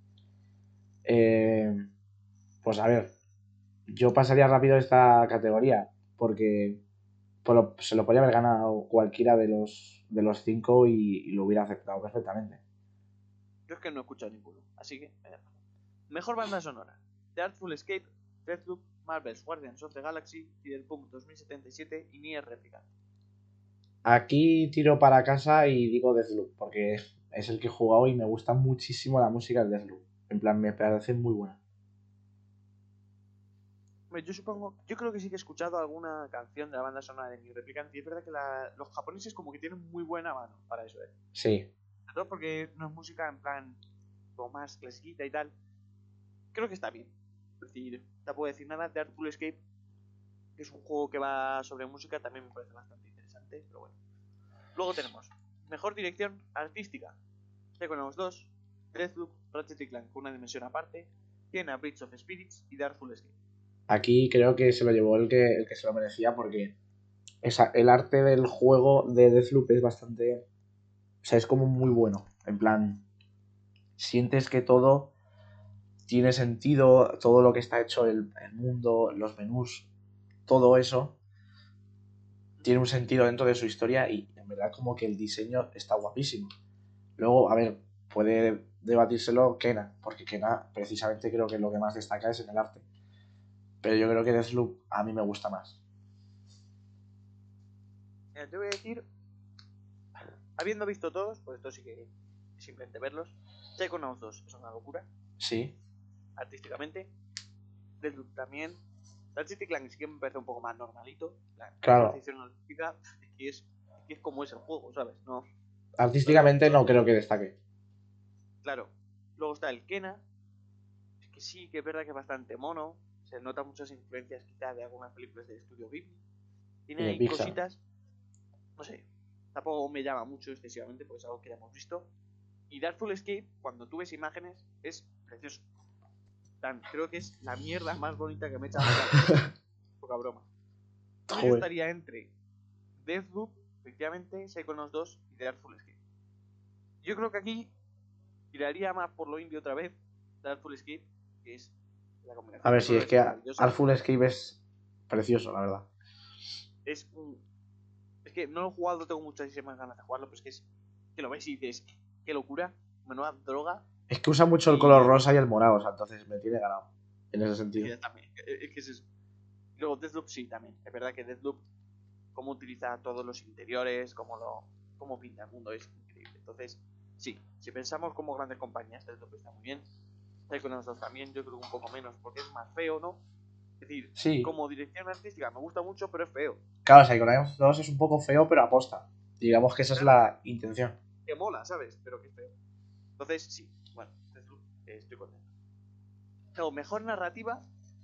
Pues a ver, yo pasaría rápido esta categoría porque se lo podría haber ganado cualquiera de los cinco y lo hubiera aceptado perfectamente. Yo es que no he escuchado ninguno, así que mejor banda sonora. The Artful Escape, Deathloop, Marvel's Guardians of the Galaxy, Cyberpunk 2077 y Nier Replicant. Aquí tiro para casa y digo Deathloop porque es el que he jugado y me gusta muchísimo la música del Deathloop. En plan, me parece muy buena. Yo creo que sí que he escuchado alguna canción de la banda sonora de Nier Replicant y es verdad que los japoneses como que tienen muy buena mano para eso, ¿eh? Sí. Sobre todo porque no es música en plan como más clasiquita y tal. Creo que está bien. Es decir, no puedo decir nada. The Artful Escape, que es un juego que va sobre música, también me parece bastante interesante, pero bueno. Luego tenemos mejor dirección artística. Tenemos dos: Deathloop, Ratchet y Clank con una dimensión aparte, tiene a Bridge of Spirits y The Artful Escape. Aquí creo que se lo llevó el que se lo merecía porque el arte del juego de Deathloop es bastante... O sea, es como muy bueno. En plan, sientes que todo tiene sentido, todo lo que está hecho, el mundo, los menús, todo eso tiene un sentido dentro de su historia y verdad como que el diseño está guapísimo. Luego, a ver, puede debatírselo Kena, porque Kena precisamente creo que lo que más destaca es en el arte. Pero yo creo que Deathloop a mí me gusta más. Te voy a decir, habiendo visto todos, pues esto sí que es simplemente verlos. Psychonauts 2 es una locura. Sí. Artísticamente. Deathloop también. Ratchet y Clank sí que me parece un poco más normalito. Claro. Es que es como es el juego, ¿sabes? No. Artísticamente no creo que destaque. Claro. Luego está el Kena. Es que sí, que es verdad que es bastante mono. Se nota muchas influencias quizás de algunas películas del estudio Ghibli. Tiene ahí cositas. No sé. Tampoco me llama mucho excesivamente porque es algo que ya hemos visto. Y Darkful Escape, cuando tú ves imágenes, es precioso. Creo que es la mierda más bonita que me he echado. Poca broma. Yo estaría entre Deathloop, efectivamente, Psychonauts 2 y The Artful Escape. Yo creo que aquí tiraría más por lo indie otra vez, The Artful Escape, que es la combinación. A ver, si es que Artful Escape es precioso, la verdad. Es que no lo he jugado, tengo muchísimas ganas de jugarlo, pero es que lo ves y dices, qué locura, menuda droga. Es que usa mucho el color rosa y el morado, o sea, entonces me tiene ganado en ese sentido. Es que es eso. Y luego Deathloop sí, también. Es verdad que Deathloop, cómo utiliza todos los interiores, cómo pinta el mundo, es increíble. Entonces, sí, si pensamos como grandes compañías, Deathloop está muy bien. Psychonauts 2 también, yo creo que un poco menos, porque es más feo, ¿no? Es decir, sí. Como dirección artística me gusta mucho, pero es feo. Claro, Psychonauts 2 es un poco feo, pero aposta. Digamos que esa es la intención. Que mola, ¿sabes? Pero que es feo. Entonces, sí, bueno, estoy contento. Luego, mejor narrativa: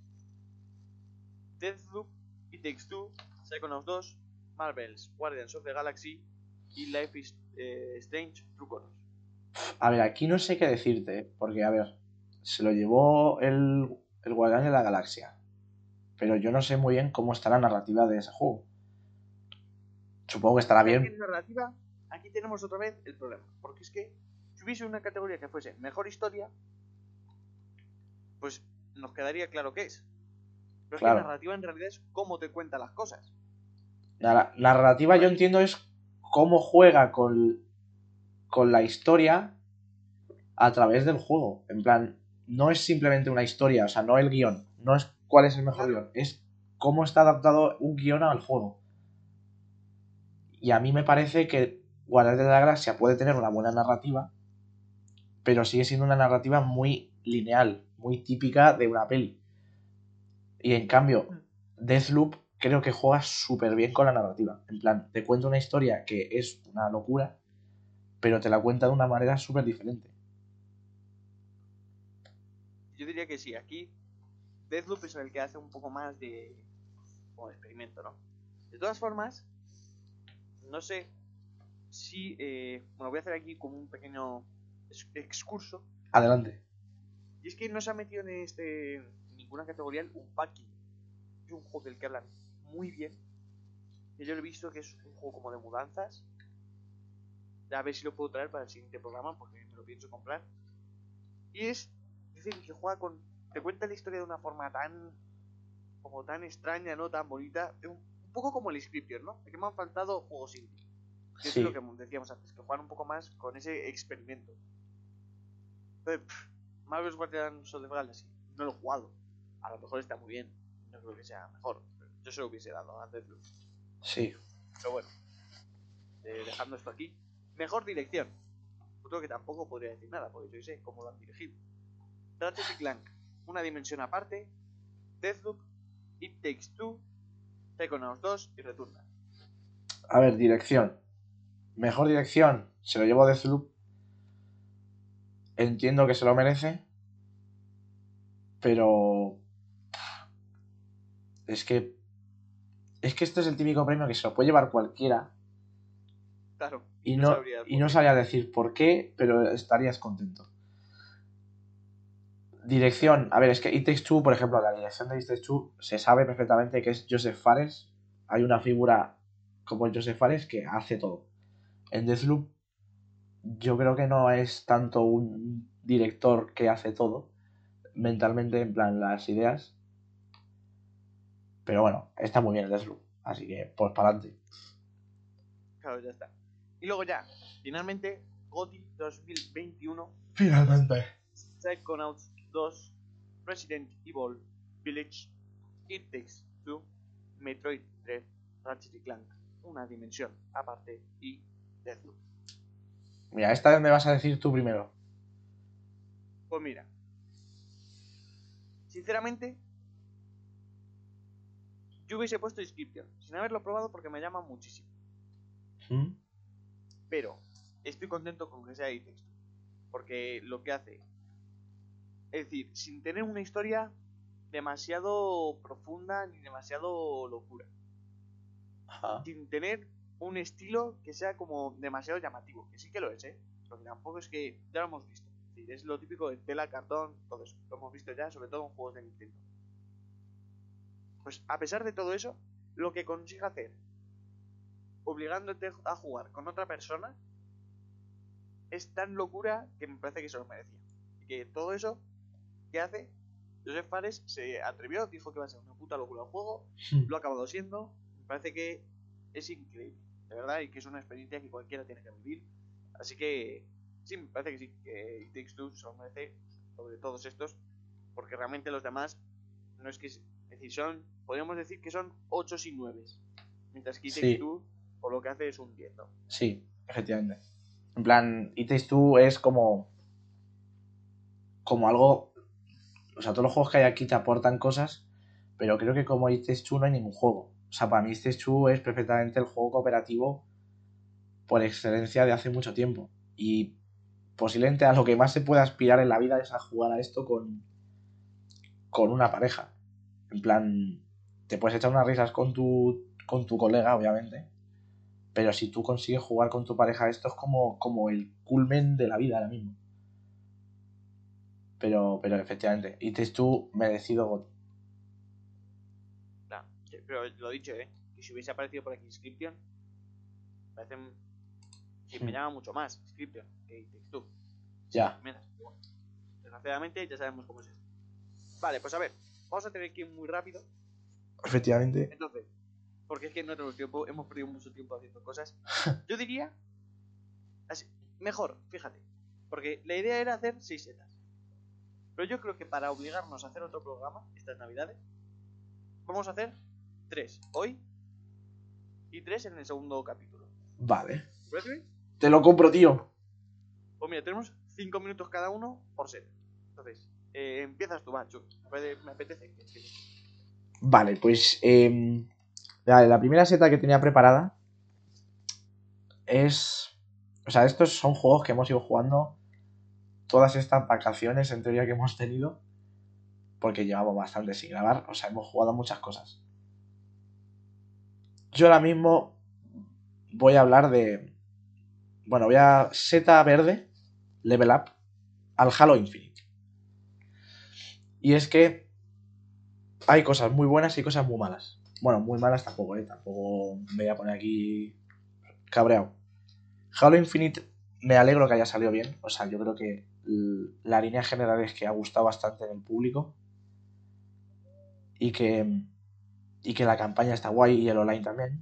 Deathloop, It Takes Two, Psychonauts 2, Marvel's Guardians of the Galaxy y Life is Strange True Colors. A ver, aquí no sé qué decirte, porque, a ver, se lo llevó el Guardián de la Galaxia, pero yo no sé muy bien cómo está la narrativa de ese juego. Supongo que estará bien. En narrativa, aquí tenemos otra vez el problema, porque es que si hubiese una categoría que fuese mejor historia, pues nos quedaría claro qué es. Pero claro, es que narrativa en realidad es cómo te cuenta las cosas. La narrativa, yo entiendo, es cómo juega con la historia a través del juego. En plan, no es simplemente una historia, o sea, no el guión, no es cuál es el mejor guión, es cómo está adaptado un guión al juego. Y a mí me parece que Guardianes de la Galaxia puede tener una buena narrativa, pero sigue siendo una narrativa muy lineal, muy típica de una peli. Y en cambio, Deathloop creo que juega súper bien con la narrativa. En plan, te cuenta una historia que es una locura, pero te la cuenta de una manera súper diferente. Yo diría que sí, aquí Deathloop es el que hace un poco más de como de experimento, ¿no? De todas formas, no sé si bueno, voy a hacer aquí como un pequeño excurso. Adelante. Y es que no se ha metido en ninguna categoría un packing. Es un juego del que hablan muy bien, que yo lo he visto que es un juego como de mudanzas. A ver si lo puedo traer para el siguiente programa, porque me lo pienso comprar. Y es decir, que juega con, te cuenta la historia de una forma tan extraña, no tan bonita, un poco como el Inscription, ¿no? Es que me han faltado juegos indie, que sí. Es lo que decíamos antes, que juegan un poco más con ese experimento. Entonces, Marvel's Guardians of the Galaxy no lo he jugado, a lo mejor está muy bien, no creo que sea mejor, pero yo se lo hubiese dado a Deathloop. Sí. Pero bueno, dejando esto aquí, mejor dirección. Otro que tampoco podría decir nada, porque yo sé cómo lo han dirigido. Ratchet y Clank, una dimensión aparte, Deathloop, It Takes Two, Psychonauts 2 y Returnal. A ver, dirección. Mejor dirección, se lo llevo a Deathloop. Entiendo que se lo merece, pero es que este es el típico premio que se lo puede llevar cualquiera. Claro. Y no sabría decir por qué, pero estarías contento. Dirección, a ver, es que It Takes Two, por ejemplo, la dirección de It Takes Two se sabe perfectamente que es Joseph Fares. Hay una figura como Joseph Fares que hace todo. En Deathloop yo creo que no es tanto un director que hace todo mentalmente, en plan las ideas, pero bueno, está muy bien el Deathloop, así que pues para adelante. Claro, ya está. Y luego ya, finalmente, GOTY 2021. Finalmente. Psychonauts 2, Resident Evil Village, It Takes Two, Metroid Dread, Ratchet y Clank, una dimensión aparte y Deathloop. Mira, esta me vas a decir tú primero. Pues mira, sinceramente, yo hubiese puesto Inscription sin haberlo probado porque me llama muchísimo. Pero estoy contento con que sea It Takes Two, porque lo que hace, es decir, sin tener una historia demasiado profunda ni demasiado locura. Ajá. Sin tener un estilo que sea como demasiado llamativo, que sí que lo es, porque tampoco es que ya lo hemos visto. Es decir, es lo típico de tela, cartón, todo eso. Lo hemos visto ya, sobre todo en juegos de Nintendo. Pues a pesar de todo eso, lo que consigue hacer, obligándote a jugar con otra persona, es tan locura que me parece que se lo merecía. Y que todo eso que hace, Joseph Fares se atrevió, dijo que iba a ser una puta locura el juego, lo ha acabado siendo, me parece que es increíble, de verdad, y que es una experiencia que cualquiera tiene que vivir. Así que sí, me parece que sí, que It Takes Two se lo merece sobre todos estos, porque realmente los demás no es que, es decir, podríamos decir que son 8 y 9, mientras que It Takes Two, por lo que hace, es un 10, ¿no? Sí, efectivamente. En plan, It Takes Two es como algo, o sea, todos los juegos que hay aquí te aportan cosas, pero creo que como It Takes Two no hay ningún juego. O sea, para mí It Takes Two es perfectamente el juego cooperativo por excelencia de hace mucho tiempo. Y posiblemente a lo que más se puede aspirar en la vida es a jugar a esto con una pareja. En plan, te puedes echar unas risas con tu colega, obviamente, pero si tú consigues jugar con tu pareja, esto es como el culmen de la vida ahora mismo. Pero efectivamente, It Takes Two merecido GOTY. Claro, pero lo dicho, que si hubiese aparecido por aquí Inscription, parece que me llama mucho más Inscription que It Takes Two. Ya. Desgraciadamente ya sabemos cómo es esto. Vale, pues a ver, vamos a tener que ir muy rápido. Efectivamente. Entonces, porque es que no tenemos tiempo, hemos perdido mucho tiempo haciendo cosas. Yo diría, así, mejor, fíjate, porque la idea era hacer 6 setas. Pero yo creo que para obligarnos a hacer otro programa, estas navidades, vamos a hacer 3 hoy y 3 en el segundo capítulo. Vale. ¿Parece bien? Te lo compro, tío. Pues mira, tenemos 5 minutos cada uno por set. Entonces, empiezas tú, Machu. Me apetece. Vale, pues la primera seta que tenía preparada es... O sea, estos son juegos que hemos ido jugando todas estas vacaciones, en teoría, que hemos tenido, porque llevamos bastante sin grabar. O sea, hemos jugado muchas cosas. Yo ahora mismo voy a hablar de... Bueno, voy a seta verde, level up, al Halo Infinite. Y es que hay cosas muy buenas y cosas muy malas. Bueno, muy malas tampoco, tampoco me voy a poner aquí cabreado. Halo Infinite me alegro que haya salido bien. O sea, yo creo que la línea general es que ha gustado bastante en el público. Y que la campaña está guay y el online también.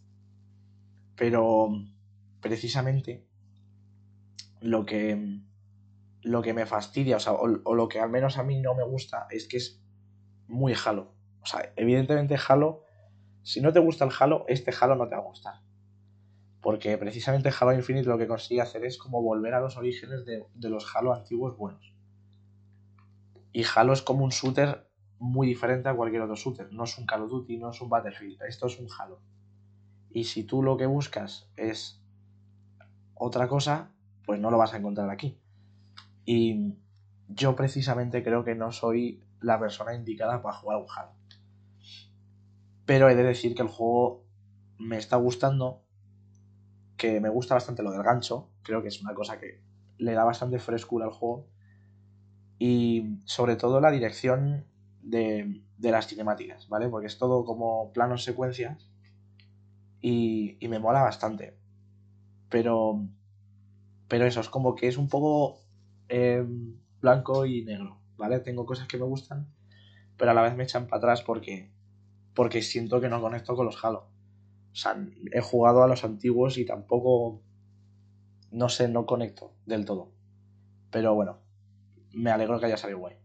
Pero precisamente lo que me fastidia, o sea, o lo que al menos a mí no me gusta, es que es muy Halo. O sea, evidentemente Halo, si no te gusta el Halo, este Halo no te va a gustar. Porque precisamente Halo Infinite lo que consigue hacer es como volver a los orígenes de los Halo antiguos buenos. Y Halo es como un shooter muy diferente a cualquier otro shooter. No es un Call of Duty, no es un Battlefield, esto es un Halo. Y si tú lo que buscas es otra cosa, pues no lo vas a encontrar aquí. Y yo precisamente creo que no soy la persona indicada para jugar a un Halo. Pero he de decir que el juego me está gustando, que me gusta bastante lo del gancho, creo que es una cosa que le da bastante frescura al juego, y sobre todo la dirección de las cinemáticas, ¿vale? Porque es todo como planos secuencias y me mola bastante. Pero eso, es como que es un poco blanco y negro, ¿vale? Tengo cosas que me gustan, pero a la vez me echan para atrás porque siento que no conecto con los Halo. O sea, he jugado a los antiguos y tampoco, no sé, no conecto del todo. Pero bueno, me alegro que haya salido guay.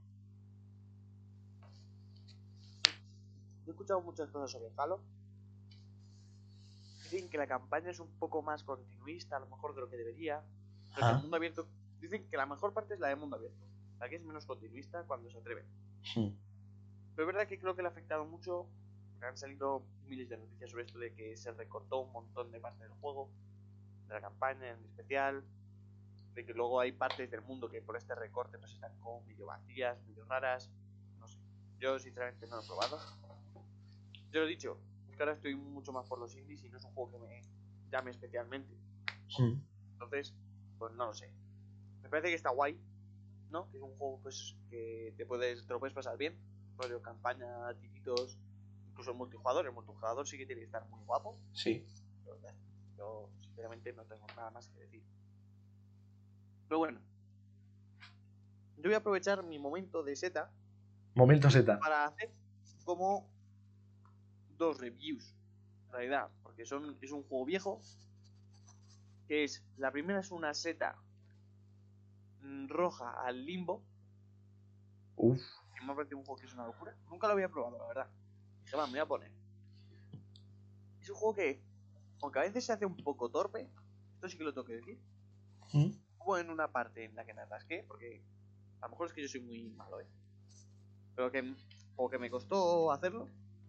He escuchado muchas cosas sobre Halo. Dicen que la campaña es un poco más continuista, a lo mejor de lo que debería. Pero que el mundo abierto... Dicen que la mejor parte es la de mundo abierto. La que es menos continuista cuando se atreve. Pero es verdad que creo que le ha afectado mucho. Porque han salido miles de noticias sobre esto de que se recortó un montón de parte del juego. De la campaña en especial. De que luego hay partes del mundo que por este recorte pues están como medio vacías, medio raras. No sé. Yo sinceramente no lo he probado. Yo lo he dicho. Es que ahora estoy mucho más por los indies y no es un juego que me llame especialmente. Entonces, pues no lo sé. Me parece que está guay, ¿no? Que es un juego pues que te lo puedes pasar bien. Rollo campaña, tiritos, incluso el multijugador. El multijugador sí que tiene que estar muy guapo. Sí. Pero yo sinceramente no tengo nada más que decir. Pero bueno. Yo voy a aprovechar mi momento de seta. Momento Z. Para hacer como 2 reviews. En realidad. Porque es un juego viejo. Que es, la primera es una seta roja al Limbo. Uf. Que me ha parecido un juego que es una locura. Nunca lo había probado, la verdad. Dije, va, me voy a poner. Es un juego que, aunque a veces se hace un poco torpe, esto sí que lo tengo que decir. Hubo en una parte en la que me atasqué, porque a lo mejor es que yo soy muy malo, pero que, como que me costó hacerlo,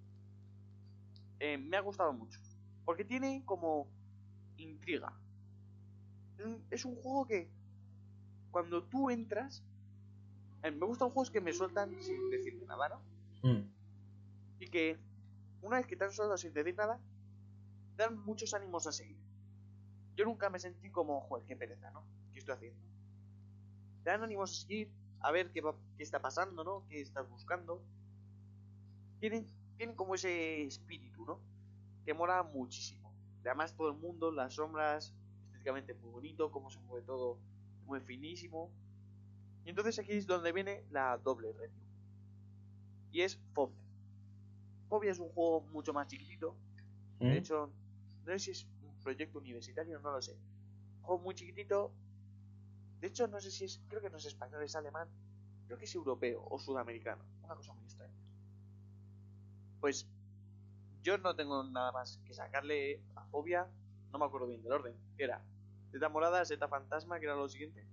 me ha gustado mucho. Porque tiene como intriga. Es un juego que, cuando tú entras, me gustan los juegos que me sueltan sin decirme nada, ¿no? Y que, una vez que te han soltado sin decir nada, dan muchos ánimos a seguir. Yo nunca me sentí como, joder, qué pereza, ¿no? ¿Qué estoy haciendo? Te dan ánimos a seguir, a ver qué está pasando, ¿no? ¿Qué estás buscando? Tienen como ese espíritu, ¿no? Que mola muchísimo. Además, todo el mundo, las sombras, estéticamente muy bonito, cómo se mueve todo, muy finísimo. Y entonces aquí es donde viene la doble review. Y es Fobia. Fobia es un juego mucho más chiquitito. De hecho, no sé si es un proyecto universitario, no lo sé. Un juego muy chiquitito. De hecho, no sé si es, creo que no es español, es alemán. Creo que es europeo o sudamericano. Una cosa muy extraña. Pues yo no tengo nada más que sacarle a Fobia. No me acuerdo bien del orden. ¿Qué era? Zeta morada, Zeta fantasma, ¿qué era lo siguiente?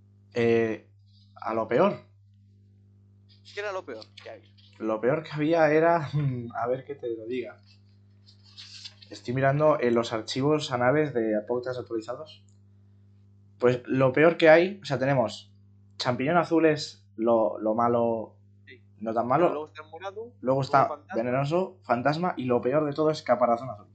A lo peor. ¿Qué era lo peor que había? Lo peor que había era... a ver que te lo diga. Estoy mirando en los archivos anales de podcast actualizados. Pues lo peor que hay... O sea, tenemos... Champiñón azul es lo malo... Sí. No tan Pero malo. luego está el morado. Luego está fantasma. venenoso, fantasma. Y lo peor de todo es caparazón azul.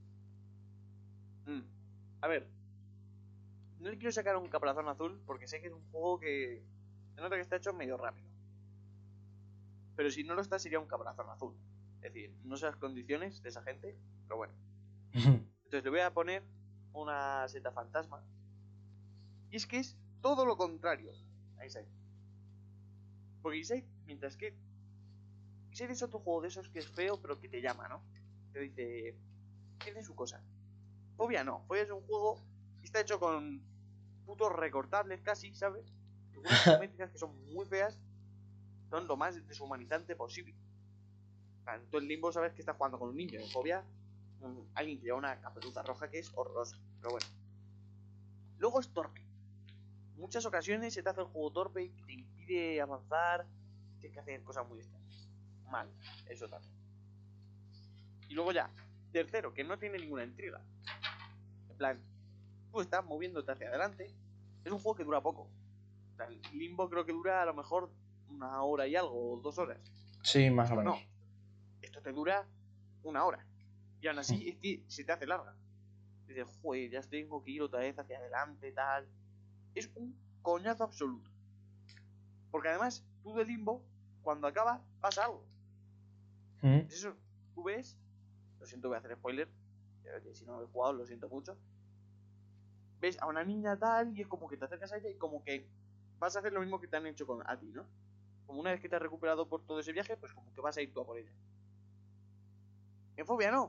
A ver. No le quiero sacar un caparazón azul porque sé que es un juego que se nota que está hecho medio rápido. Pero si no lo está sería un caparazón azul. Es decir, no sé las condiciones de esa gente, pero bueno. Entonces le voy a poner una seta fantasma. Y es que es todo lo contrario a Inside. Porque Inside, mientras que Inside es otro juego de esos que es feo pero que te llama, ¿no? Te dice, tiene su cosa. Fobia no, Fobia es un juego que está hecho con putos recortables casi, ¿sabes? Figuras geométricas que son muy feas, son lo más deshumanizante posible. Tanto el Limbo sabes que está jugando con un niño, en Fobia alguien que lleva una caperuza roja que es horrorosa, pero bueno. Luego es torpe. En muchas ocasiones se te hace el juego torpe y te impide avanzar, tienes que hacer cosas muy extrañas. Mal, eso también. Y luego ya, tercero, que no tiene ninguna intriga. En plan, tú estás moviéndote hacia adelante. Es un juego que dura poco. O sea, el Limbo creo que dura a lo mejor 1 hora y algo, o 2 horas. Sí, más o menos. No, esto te dura 1 hora. Y aún así es que se te hace larga. Dices, joder, ya tengo que ir otra vez hacia adelante, tal. Es un coñazo absoluto. Porque además, tú de Limbo, cuando acaba, pasa algo. Eso, tú ves, lo siento, voy a hacer spoiler, que si no lo he jugado, lo siento mucho. Ves a una niña tal y es como que te acercas a ella y como que vas a hacer lo mismo que te han hecho a ti, ¿no? Como una vez que te has recuperado por todo ese viaje, pues como que vas a ir tú a por ella. En Fobia no.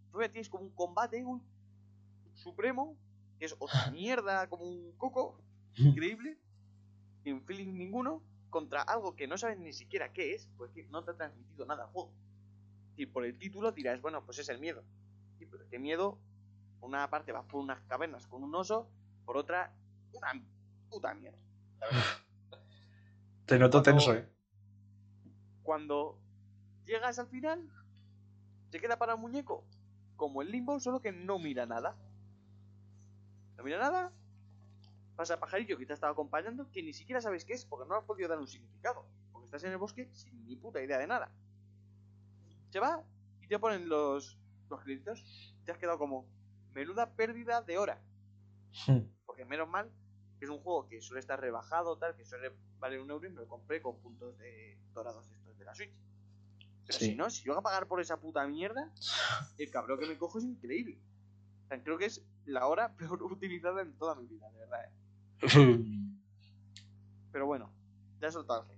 tú ya tienes como un combate supremo, que es otra mierda, como un coco, increíble, sin feeling ninguno, contra algo que no sabes ni siquiera qué es, porque no te ha transmitido nada al juego. Y por el título dirás, bueno, pues es el miedo. Sí, pero qué miedo. Por una parte vas por unas cavernas con un oso, por otra, una puta mierda. La verdad. Te noto tenso, Cuando llegas al final, se queda para el muñeco como el Limbo, solo que no mira nada. No mira nada. Pasa el pajarillo que te ha estado acompañando, que ni siquiera sabes qué es, porque no has podido dar un significado. Porque estás en el bosque sin ni puta idea de nada. Se va y te ponen los créditos. Te has quedado como menuda pérdida de hora. Porque menos mal que es un juego que suele estar rebajado, tal, que suele valer €1 y me lo compré con puntos de dorados estos de la Switch. Pero Sí. si no, si yo voy a pagar por esa puta mierda, el cabrón que me cojo es increíble. O sea, creo que es la hora peor utilizada en toda mi vida, de verdad. Pero bueno, ya he soltado el hate.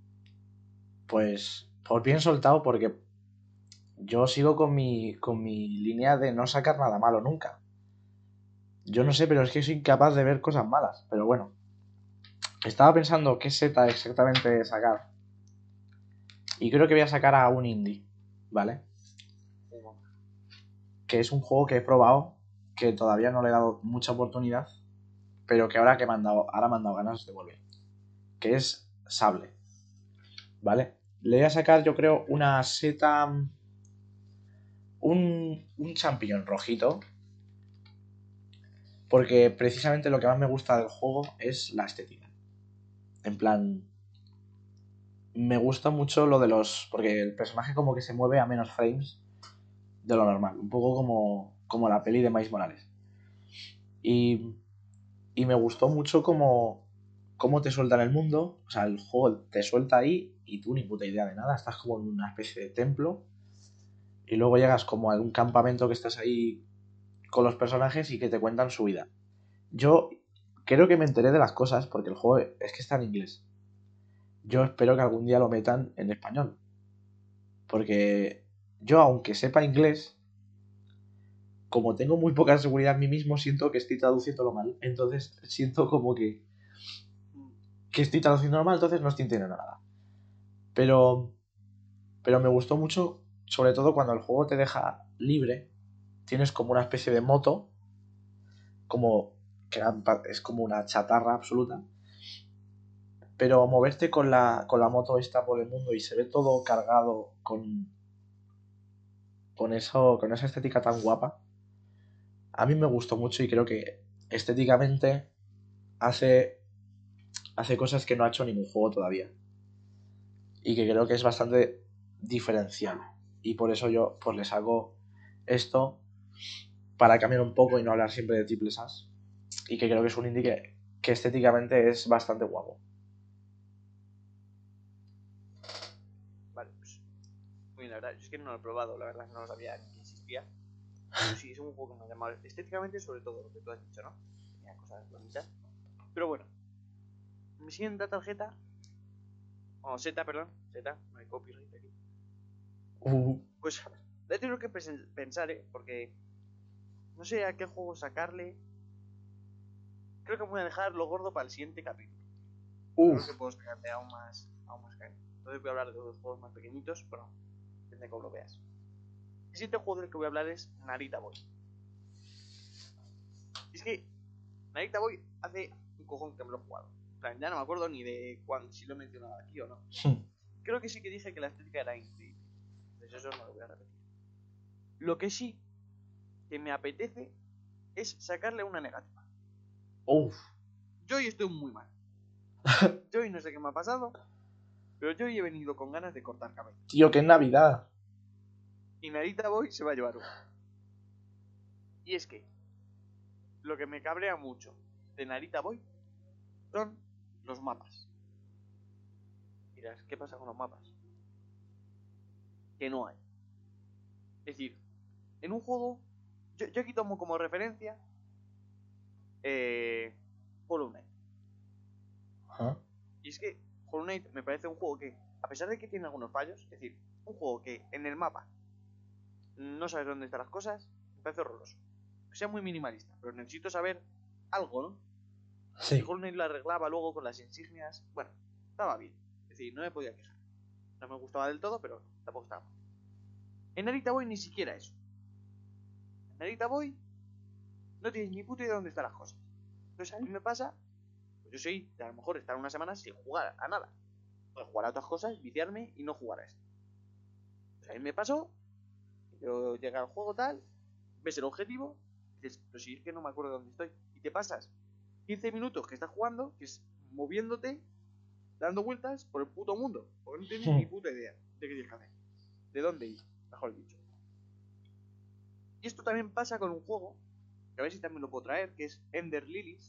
Pues bien soltado, porque yo sigo con mi línea de no sacar nada malo nunca. Yo no sé, pero es que soy incapaz de ver cosas malas. Pero bueno, estaba pensando qué seta exactamente sacar. Y creo que voy a sacar a un indie, ¿vale? Que es un juego que he probado, que todavía no le he dado mucha oportunidad, pero que ahora me han dado ganas de volver. Que es Sable, ¿vale? Le voy a sacar, yo creo, una seta... Un champiñón rojito. Porque precisamente lo que más me gusta del juego es la estética. En plan... Me gusta mucho lo de los... Porque el personaje como que se mueve a menos frames de lo normal. Un poco como la peli de Miles Morales. Y me gustó mucho cómo te suelta en el mundo. O sea, el juego te suelta ahí y tú ni puta idea de nada. Estás como en una especie de templo. Y luego llegas como a un campamento que estás ahí con los personajes y que te cuentan su vida. Yo creo que me enteré de las cosas porque el juego es que está en inglés. Yo espero que algún día lo metan en español. Porque yo, aunque sepa inglés, como tengo muy poca seguridad en mí mismo, siento que estoy traduciéndolo mal. Entonces siento como que estoy traduciéndolo mal, entonces no estoy entendiendo nada. Pero me gustó mucho, sobre todo cuando el juego te deja libre. Tienes como una especie de moto, como que es como una chatarra absoluta. Pero moverte con la moto esta por el mundo y se ve todo cargado con esa estética tan guapa. A mí me gustó mucho y creo que estéticamente hace cosas que no ha hecho ningún juego todavía. Y que creo que es bastante diferencial. Y por eso yo pues le saco esto para cambiar un poco y no hablar siempre de triples As. Y que creo que es un indie que estéticamente es bastante guapo. Vale, pues muy la verdad, yo es que no lo he probado, la verdad no lo sabía ni que existía. Pero sí, es un juego que me ha llamado estéticamente, sobre todo lo que tú has dicho, ¿no? Tenía cosas bonitas. Pero bueno, mi siguiente tarjeta, o Z, perdón, Z, no hay copyright aquí. Pues le tengo que pensar, porque no sé a qué juego sacarle. Creo que me voy a dejar lo gordo para el siguiente capítulo. Creo que puedo sacarle aún más cariño. Entonces voy a hablar de los juegos más pequeñitos, pero depende de cómo lo veas. El siguiente juego del que voy a hablar es Narita Boy. Y es que Narita Boy hace un cojón que me lo he jugado. En plan, ya no me acuerdo ni de si lo he mencionado aquí o no. Creo que sí que dije que la estética era increíble. Entonces eso no lo voy a repetir. Lo que sí que me apetece es sacarle una negativa. Yo hoy estoy muy mal. Yo hoy no sé qué me ha pasado, pero yo hoy he venido con ganas de cortar cabello. Tío, que es Navidad. Y Narita Boy se va a llevar uno. Y es que lo que me cabrea mucho de Narita Boy son los mapas. Dirás, ¿qué pasa con los mapas? Que no hay. Es decir, en un juego, yo aquí tomo como referencia Hollow Knight. Y es que Hollow Knight me parece un juego que, a pesar de que tiene algunos fallos, es decir, un juego que en el mapa no sabes dónde están las cosas, me parece horroroso. Que sea muy minimalista, pero necesito saber algo, ¿no? Sí. Y Hollow lo arreglaba luego con las insignias. Bueno, estaba bien. Es decir, no me podía quejar. No me gustaba del todo, pero tampoco estaba mal. En Narita Boy ni siquiera eso. En Narita Boy no tienes ni puta idea de dónde están las cosas. Entonces a mí me pasa, pues yo soy de a lo mejor estar una semana sin jugar a nada. O jugar a otras cosas, viciarme y no jugar a esto. Pues a mí me pasó, yo llegué al juego tal, ves el objetivo, y dices, pero si es que no me acuerdo de dónde estoy. Y te pasas 15 minutos que estás jugando, que es moviéndote, dando vueltas por el puto mundo. Porque no tienes ni puta idea de qué tienes que hacer. De dónde ir, mejor dicho. Y esto también pasa con un juego, que a ver si también lo puedo traer, que es Ender Lilies.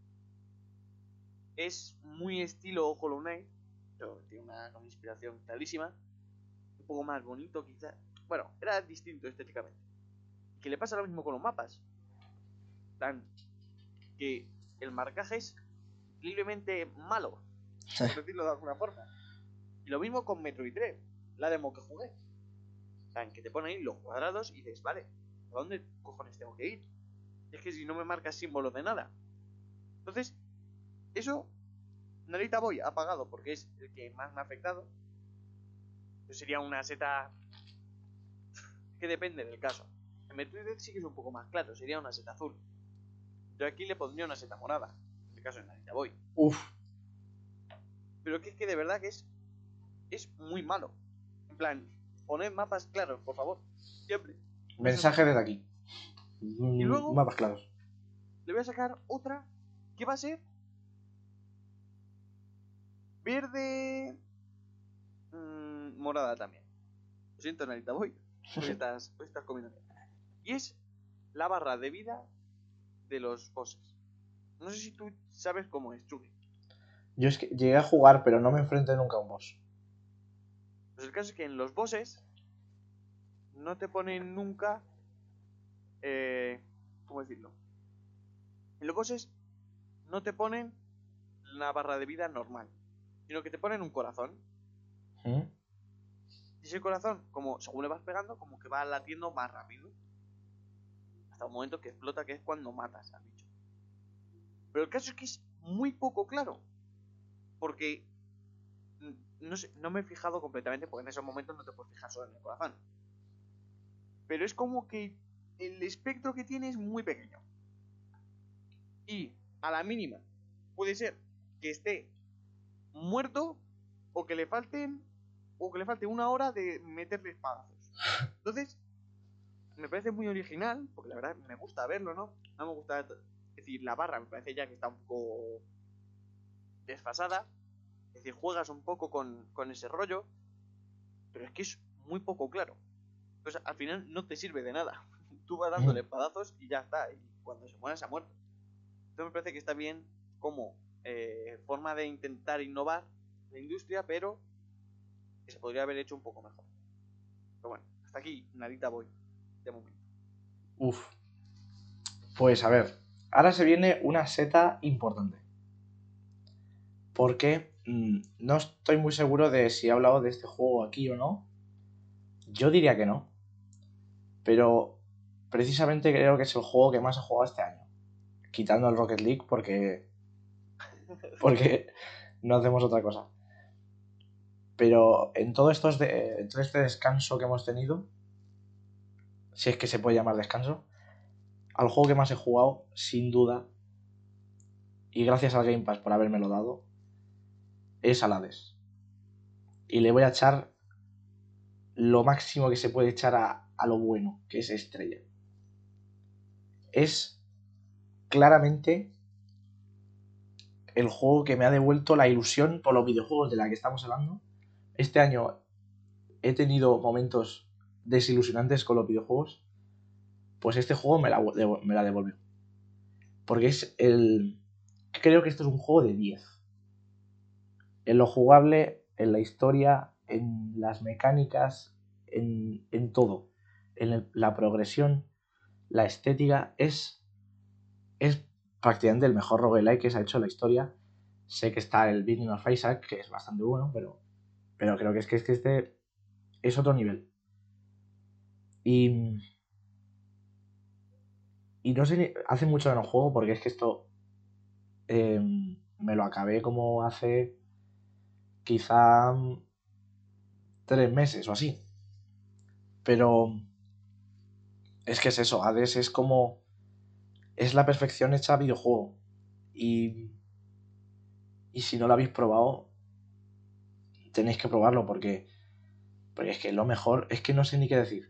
Es muy estilo Hollow Knight, pero tiene una inspiración clarísima. Un poco más bonito quizá. Bueno, era distinto estéticamente. Que le pasa lo mismo con los mapas. Tan que el marcaje es increíblemente malo, por decirlo de alguna forma. Y lo mismo con Metroid 3, la demo que jugué. Tan que te ponen ahí los cuadrados y dices, vale, ¿a dónde cojones tengo que ir? Es que si no me marcas símbolos de nada. Entonces, eso, Narita Boy apagado porque es el que más me ha afectado. Eso sería una seta que depende del caso. En Metroid sí que es un poco más claro, sería una seta azul. Yo aquí le pondría una seta morada, en el caso de Narita Boy. Uf. Pero que es que de verdad que es muy malo. En plan, poned mapas claros, por favor. Siempre. Mensaje desde aquí. Y luego Mapas claros. le voy a sacar otra que va a ser verde, morada también. Lo siento, Narita Boy. Hoy estás comiendo bien. Y es la barra de vida de los bosses. No sé si tú sabes cómo es, Chugi. Yo es que llegué a jugar, pero no me enfrenté nunca a un boss. Pues el caso es que en los bosses no te ponen nunca... ¿cómo decirlo? En los bosses no te ponen una barra de vida normal, sino que te ponen un corazón. ¿Mm? Y ese corazón, como según le vas pegando, como que va latiendo más rápido. Hasta un momento que explota, que es cuando matas al bicho. Pero el caso es que es muy poco claro. Porque no sé, no me he fijado completamente, porque en esos momentos no te puedes fijar solo en el corazón. Pero es como que el espectro que tiene es muy pequeño. Y a la mínima puede ser que esté muerto o que le falte una hora de meterle espadazos. Entonces, me parece muy original, porque la verdad me gusta verlo, ¿no? No me gusta, es decir, la barra me parece ya que está un poco desfasada. Es decir, juegas un poco con ese rollo, pero es que es muy poco claro. Entonces, al final no te sirve de nada. Tú vas dándole espadazos y ya está. Y cuando se muera, se ha muerto. Entonces me parece que está bien como forma de intentar innovar la industria, pero que se podría haber hecho un poco mejor. Pero bueno, hasta aquí, nadita voy, de momento. Uf. Pues a ver, ahora se viene una seta importante. Porque no estoy muy seguro de si he hablado de este juego aquí o no. Yo diría que no. Pero precisamente creo que es el juego que más he jugado este año. Quitando el Rocket League porque no hacemos otra cosa. Pero en todo en todo este descanso que hemos tenido, si es que se puede llamar descanso, al juego que más he jugado, sin duda, y gracias al Game Pass por habérmelo dado, es al Hades. Y le voy a echar lo máximo que se puede echar a lo bueno, que es Estrella. Es claramente el juego que me ha devuelto la ilusión por los videojuegos de la que estamos hablando. Este año he tenido momentos desilusionantes con los videojuegos, pues este juego me la devolvió. Porque creo que esto es un juego de 10. En lo jugable, en la historia, en las mecánicas, en todo. En la progresión, la estética, es prácticamente el mejor roguelike que se ha hecho en la historia. Sé que está el Binding of Isaac, que es bastante bueno, pero creo que es que este es otro nivel. Y, y no sé, hace mucho que no juego porque es que esto me lo acabé como hace quizá 3 meses o así. Pero es que es eso, Hades es como... Es la perfección hecha videojuego. Y, y si no lo habéis probado, tenéis que probarlo porque es que lo mejor es que no sé ni qué decir.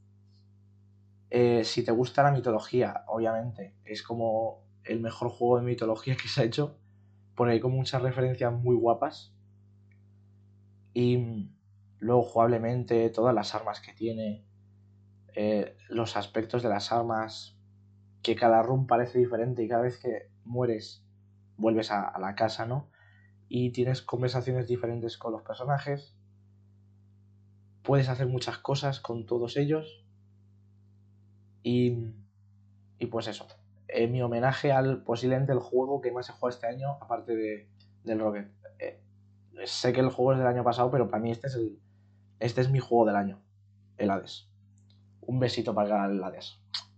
Si te gusta la mitología, obviamente, es como el mejor juego de mitología que se ha hecho, porque hay como muchas referencias muy guapas. Y luego jugablemente, todas las armas que tiene, los aspectos de las armas, que cada run parece diferente y cada vez que mueres vuelves a la casa, ¿no? Y tienes conversaciones diferentes con los personajes, puedes hacer muchas cosas con todos ellos y, y pues eso. Mi homenaje al posiblemente el juego que más he jugado este año, aparte del Rocket. Eh, Sé que el juego es del año pasado, pero para mí este es mi juego del año, el Hades. Un besito para el Hades.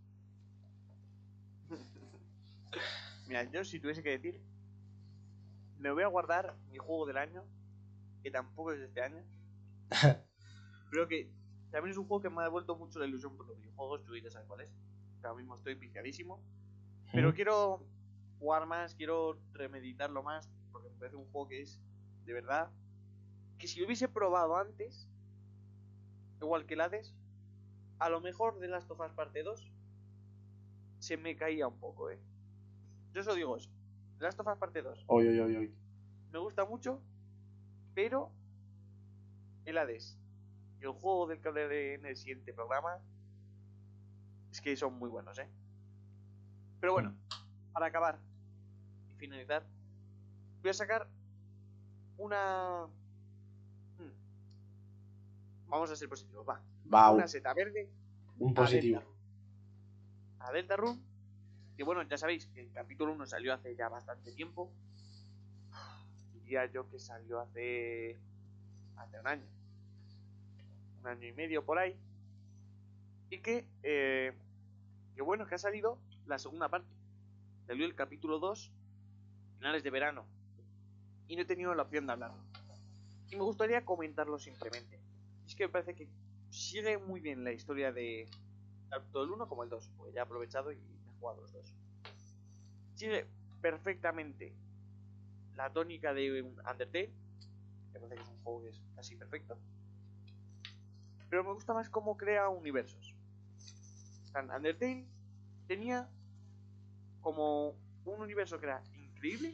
Mira, yo si tuviese que decir, me voy a guardar mi juego del año, que tampoco es de este año. Creo que también es un juego que me ha devuelto mucho la ilusión por los videojuegos, tú ya sabes cuál es. Ahora mismo estoy picadísimo. Pero quiero jugar más, quiero remeditarlo más, porque me parece un juego que es, de verdad, que si lo hubiese probado antes, igual que el Hades, a lo mejor de Last of Us Parte 2 se me caía un poco, Yo solo digo eso. The Last of Us Parte 2 Oy, oy, oy, oy. me gusta mucho, pero el Hades y el juego del que hablaré en el siguiente programa es que son muy buenos, Pero bueno, para acabar y finalizar, voy a sacar una... Vamos a ser positivos, va. Una seta verde Un a positivo. Deltarune. A Deltarune, que bueno, ya sabéis que el capítulo 1 salió hace ya bastante tiempo. Diría yo que salió hace un año. Un año y medio por ahí. Y que bueno, que ha salido la segunda parte. Salió el capítulo 2, finales de verano. Y no he tenido la opción de hablarlo. Y me gustaría comentarlo simplemente. Es que me parece que sigue muy bien la historia de tanto el 1 como el 2, porque ya he aprovechado y he jugado los dos. Sigue perfectamente la tónica de un Undertale, me parece que es un juego que es casi perfecto. Pero me gusta más cómo crea universos. Undertale tenía como un universo que era increíble.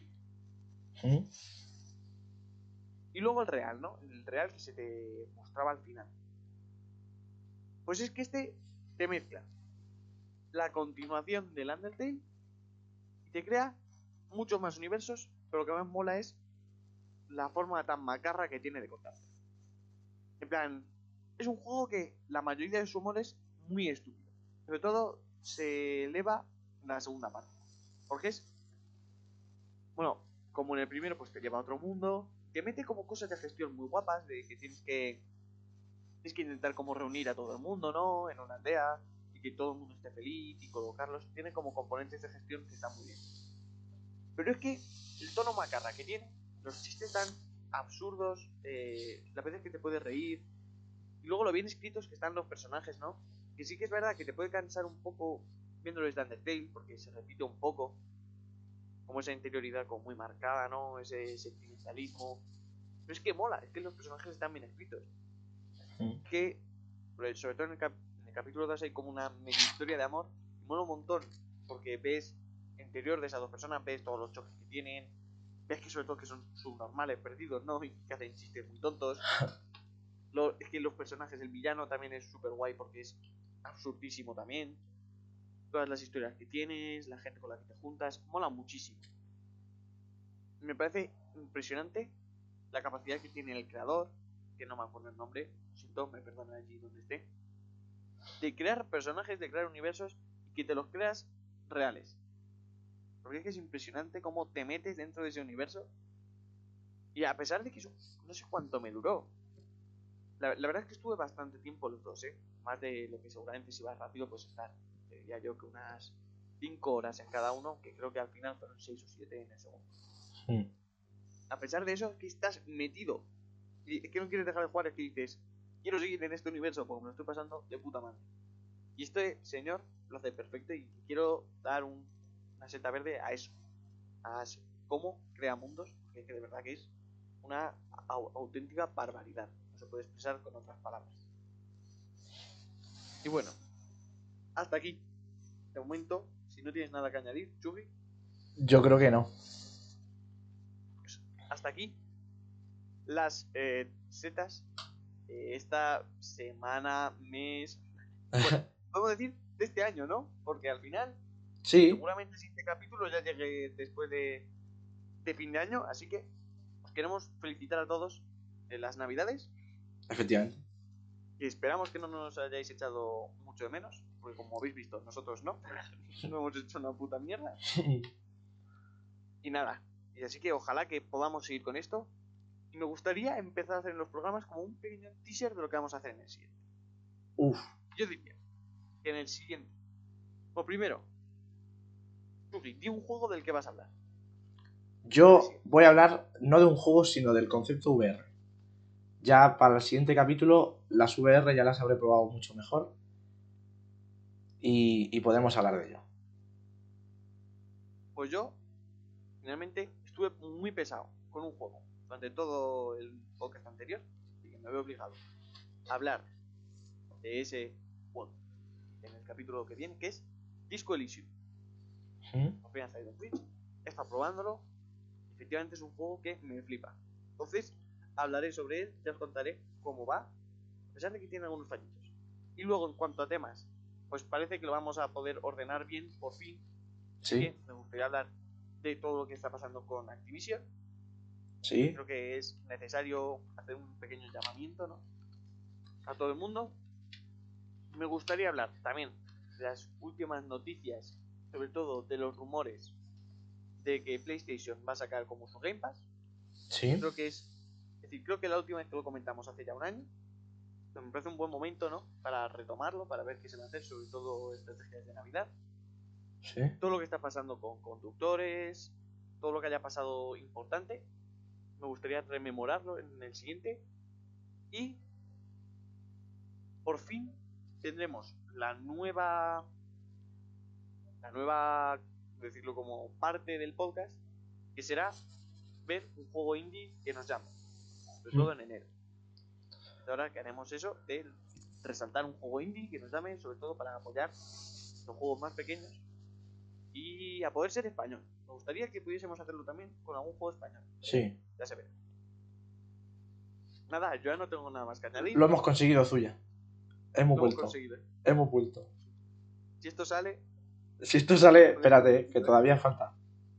Y luego el real, ¿no? El real que se te mostraba al final. Pues es que este te mezcla la continuación del Undertale y te crea muchos más universos, pero lo que más mola es la forma tan macarra que tiene de contar. En plan, es un juego que la mayoría de su humor es muy estúpido. Sobre todo se eleva en la segunda parte. Porque es, bueno, como en el primero, pues te lleva a otro mundo. Te mete como cosas de gestión muy guapas, de que tienes que intentar como reunir a todo el mundo, ¿no? En una aldea, y que todo el mundo esté feliz y colocarlos. Tiene como componentes de gestión que están muy bien. Pero es que el tono macarra que tiene, los chistes tan absurdos, la veces que te puedes reír, y luego lo bien escritos que están los personajes, ¿no? Que sí que es verdad que te puede cansar un poco viéndoles de Undertale, porque se repite un poco, como esa interioridad como muy marcada, ¿no? Ese sentimentalismo. Pero es que mola, es que los personajes están bien escritos. Que, sobre todo en el capítulo 2 hay como una medio historia de amor, y mola un montón, porque ves interior de esas dos personas, ves todos los choques que tienen, ves que sobre todo que son subnormales, perdidos, ¿no? Y que hacen chistes muy tontos. Es que los personajes, el villano también es súper guay porque es absurdísimo también. Todas las historias que tienes, la gente con la que te juntas, mola muchísimo. Me parece impresionante la capacidad que tiene el creador, que no me acuerdo el nombre, siento, me perdonan allí donde esté, de crear personajes, de crear universos y que te los creas reales. Porque es que es impresionante cómo te metes dentro de ese universo. Y a pesar de que eso, no sé cuánto me duró, La verdad es que estuve bastante tiempo los dos, más de lo que seguramente si vas rápido pues estar, diría yo que unas 5 horas en cada uno, que creo que al final fueron 6 o 7 en el segundo. A pesar de eso, es que estás metido. Y es que no quieres dejar de jugar, es que dices, quiero seguir en este universo porque me lo estoy pasando de puta madre. Y este señor lo hace perfecto y quiero dar una seta verde a eso. A cómo crea mundos, porque es que de verdad que es una auténtica barbaridad. No se puede expresar con otras palabras. Y bueno, hasta aquí. De momento, si no tienes nada que añadir, Chugi. Yo creo que no. Pues hasta aquí las setas esta semana, mes, bueno, podemos decir de este año, ¿no? Porque al final, sí, seguramente si este capítulo ya llegue después de fin de año, así que os queremos felicitar a todos en las Navidades. Efectivamente. Y esperamos que no nos hayáis echado mucho de menos, porque como habéis visto, nosotros no hemos hecho una puta mierda. Y nada, y así que ojalá que podamos seguir con esto. Y me gustaría empezar a hacer en los programas como un pequeño teaser de lo que vamos a hacer en el siguiente. Yo diría que en el siguiente, o primero, Tuki, di un juego del que vas a hablar. Yo voy a hablar no de un juego, sino del concepto VR. Ya para el siguiente capítulo, las VR ya las habré probado mucho mejor. Y podemos hablar de ello. Pues yo, finalmente, estuve muy pesado con un juego durante todo el podcast anterior, así que me veo obligado a hablar de ese juego en el capítulo que viene, que es Disco Elysium. Apenas salido en Twitch, he estado probándolo. Efectivamente es un juego que me flipa. Entonces, hablaré sobre él, ya os contaré cómo va, a pesar de que tiene algunos fallitos. Y luego, en cuanto a temas, pues parece que lo vamos a poder ordenar bien, por fin. Así que me gustaría hablar de todo lo que está pasando con Activision. Sí. Creo que es necesario hacer un pequeño llamamiento, ¿no?, a todo el mundo. Me gustaría hablar también de las últimas noticias, sobre todo de los rumores de que PlayStation va a sacar como su Game Pass. Sí. Creo que creo que la última vez que lo comentamos hace ya un año. Me parece un buen momento, ¿no?, para retomarlo, para ver qué se va a hacer, sobre todo estrategias de Navidad. Sí. Todo lo que está pasando con conductores, todo lo que haya pasado importante, me gustaría rememorarlo en el siguiente. Y por fin tendremos la nueva, decirlo como parte del podcast, que será ver un juego indie que nos llame, sobre todo en enero. Ahora que haremos eso de resaltar un juego indie que nos llame, sobre todo para apoyar los juegos más pequeños y a poder ser español. Me gustaría que pudiésemos hacerlo también con algún juego español. Sí. Ya se ve. Nada, yo ya no tengo nada más que añadir. Lo hemos conseguido, Zuya. Hemos vuelto. Conseguido. Hemos vuelto. Si esto sale... espérate, que todavía falta.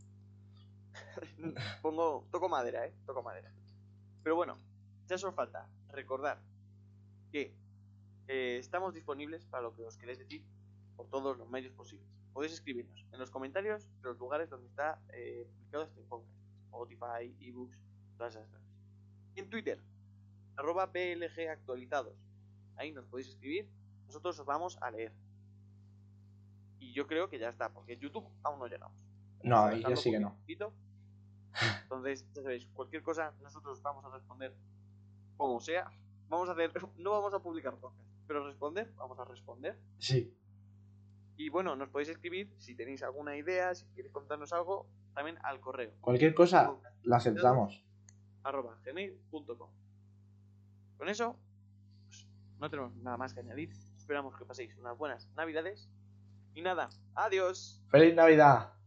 Toco madera, toco madera. Pero bueno, ya solo falta recordar que estamos disponibles para lo que os queréis decir por todos los medios posibles. Podéis escribirnos en los comentarios de los lugares donde está publicado este podcast: Spotify, ebooks, todas esas cosas. Y en Twitter, @PLG actualizados. Ahí nos podéis escribir, nosotros os vamos a leer. Y yo creo que ya está, porque en YouTube aún no llegamos. No, ahí ya sí que no. Entonces, ya sabéis, cualquier cosa nosotros vamos a responder como sea. No vamos a publicar podcast, pero vamos a responder. Sí. Y bueno, nos podéis escribir si tenéis alguna idea, si queréis contarnos algo, también al correo. Cualquier cosa la aceptamos. @gmail.com. Con eso, pues, no tenemos nada más que añadir. Esperamos que paséis unas buenas Navidades. Y nada, adiós. ¡Feliz Navidad!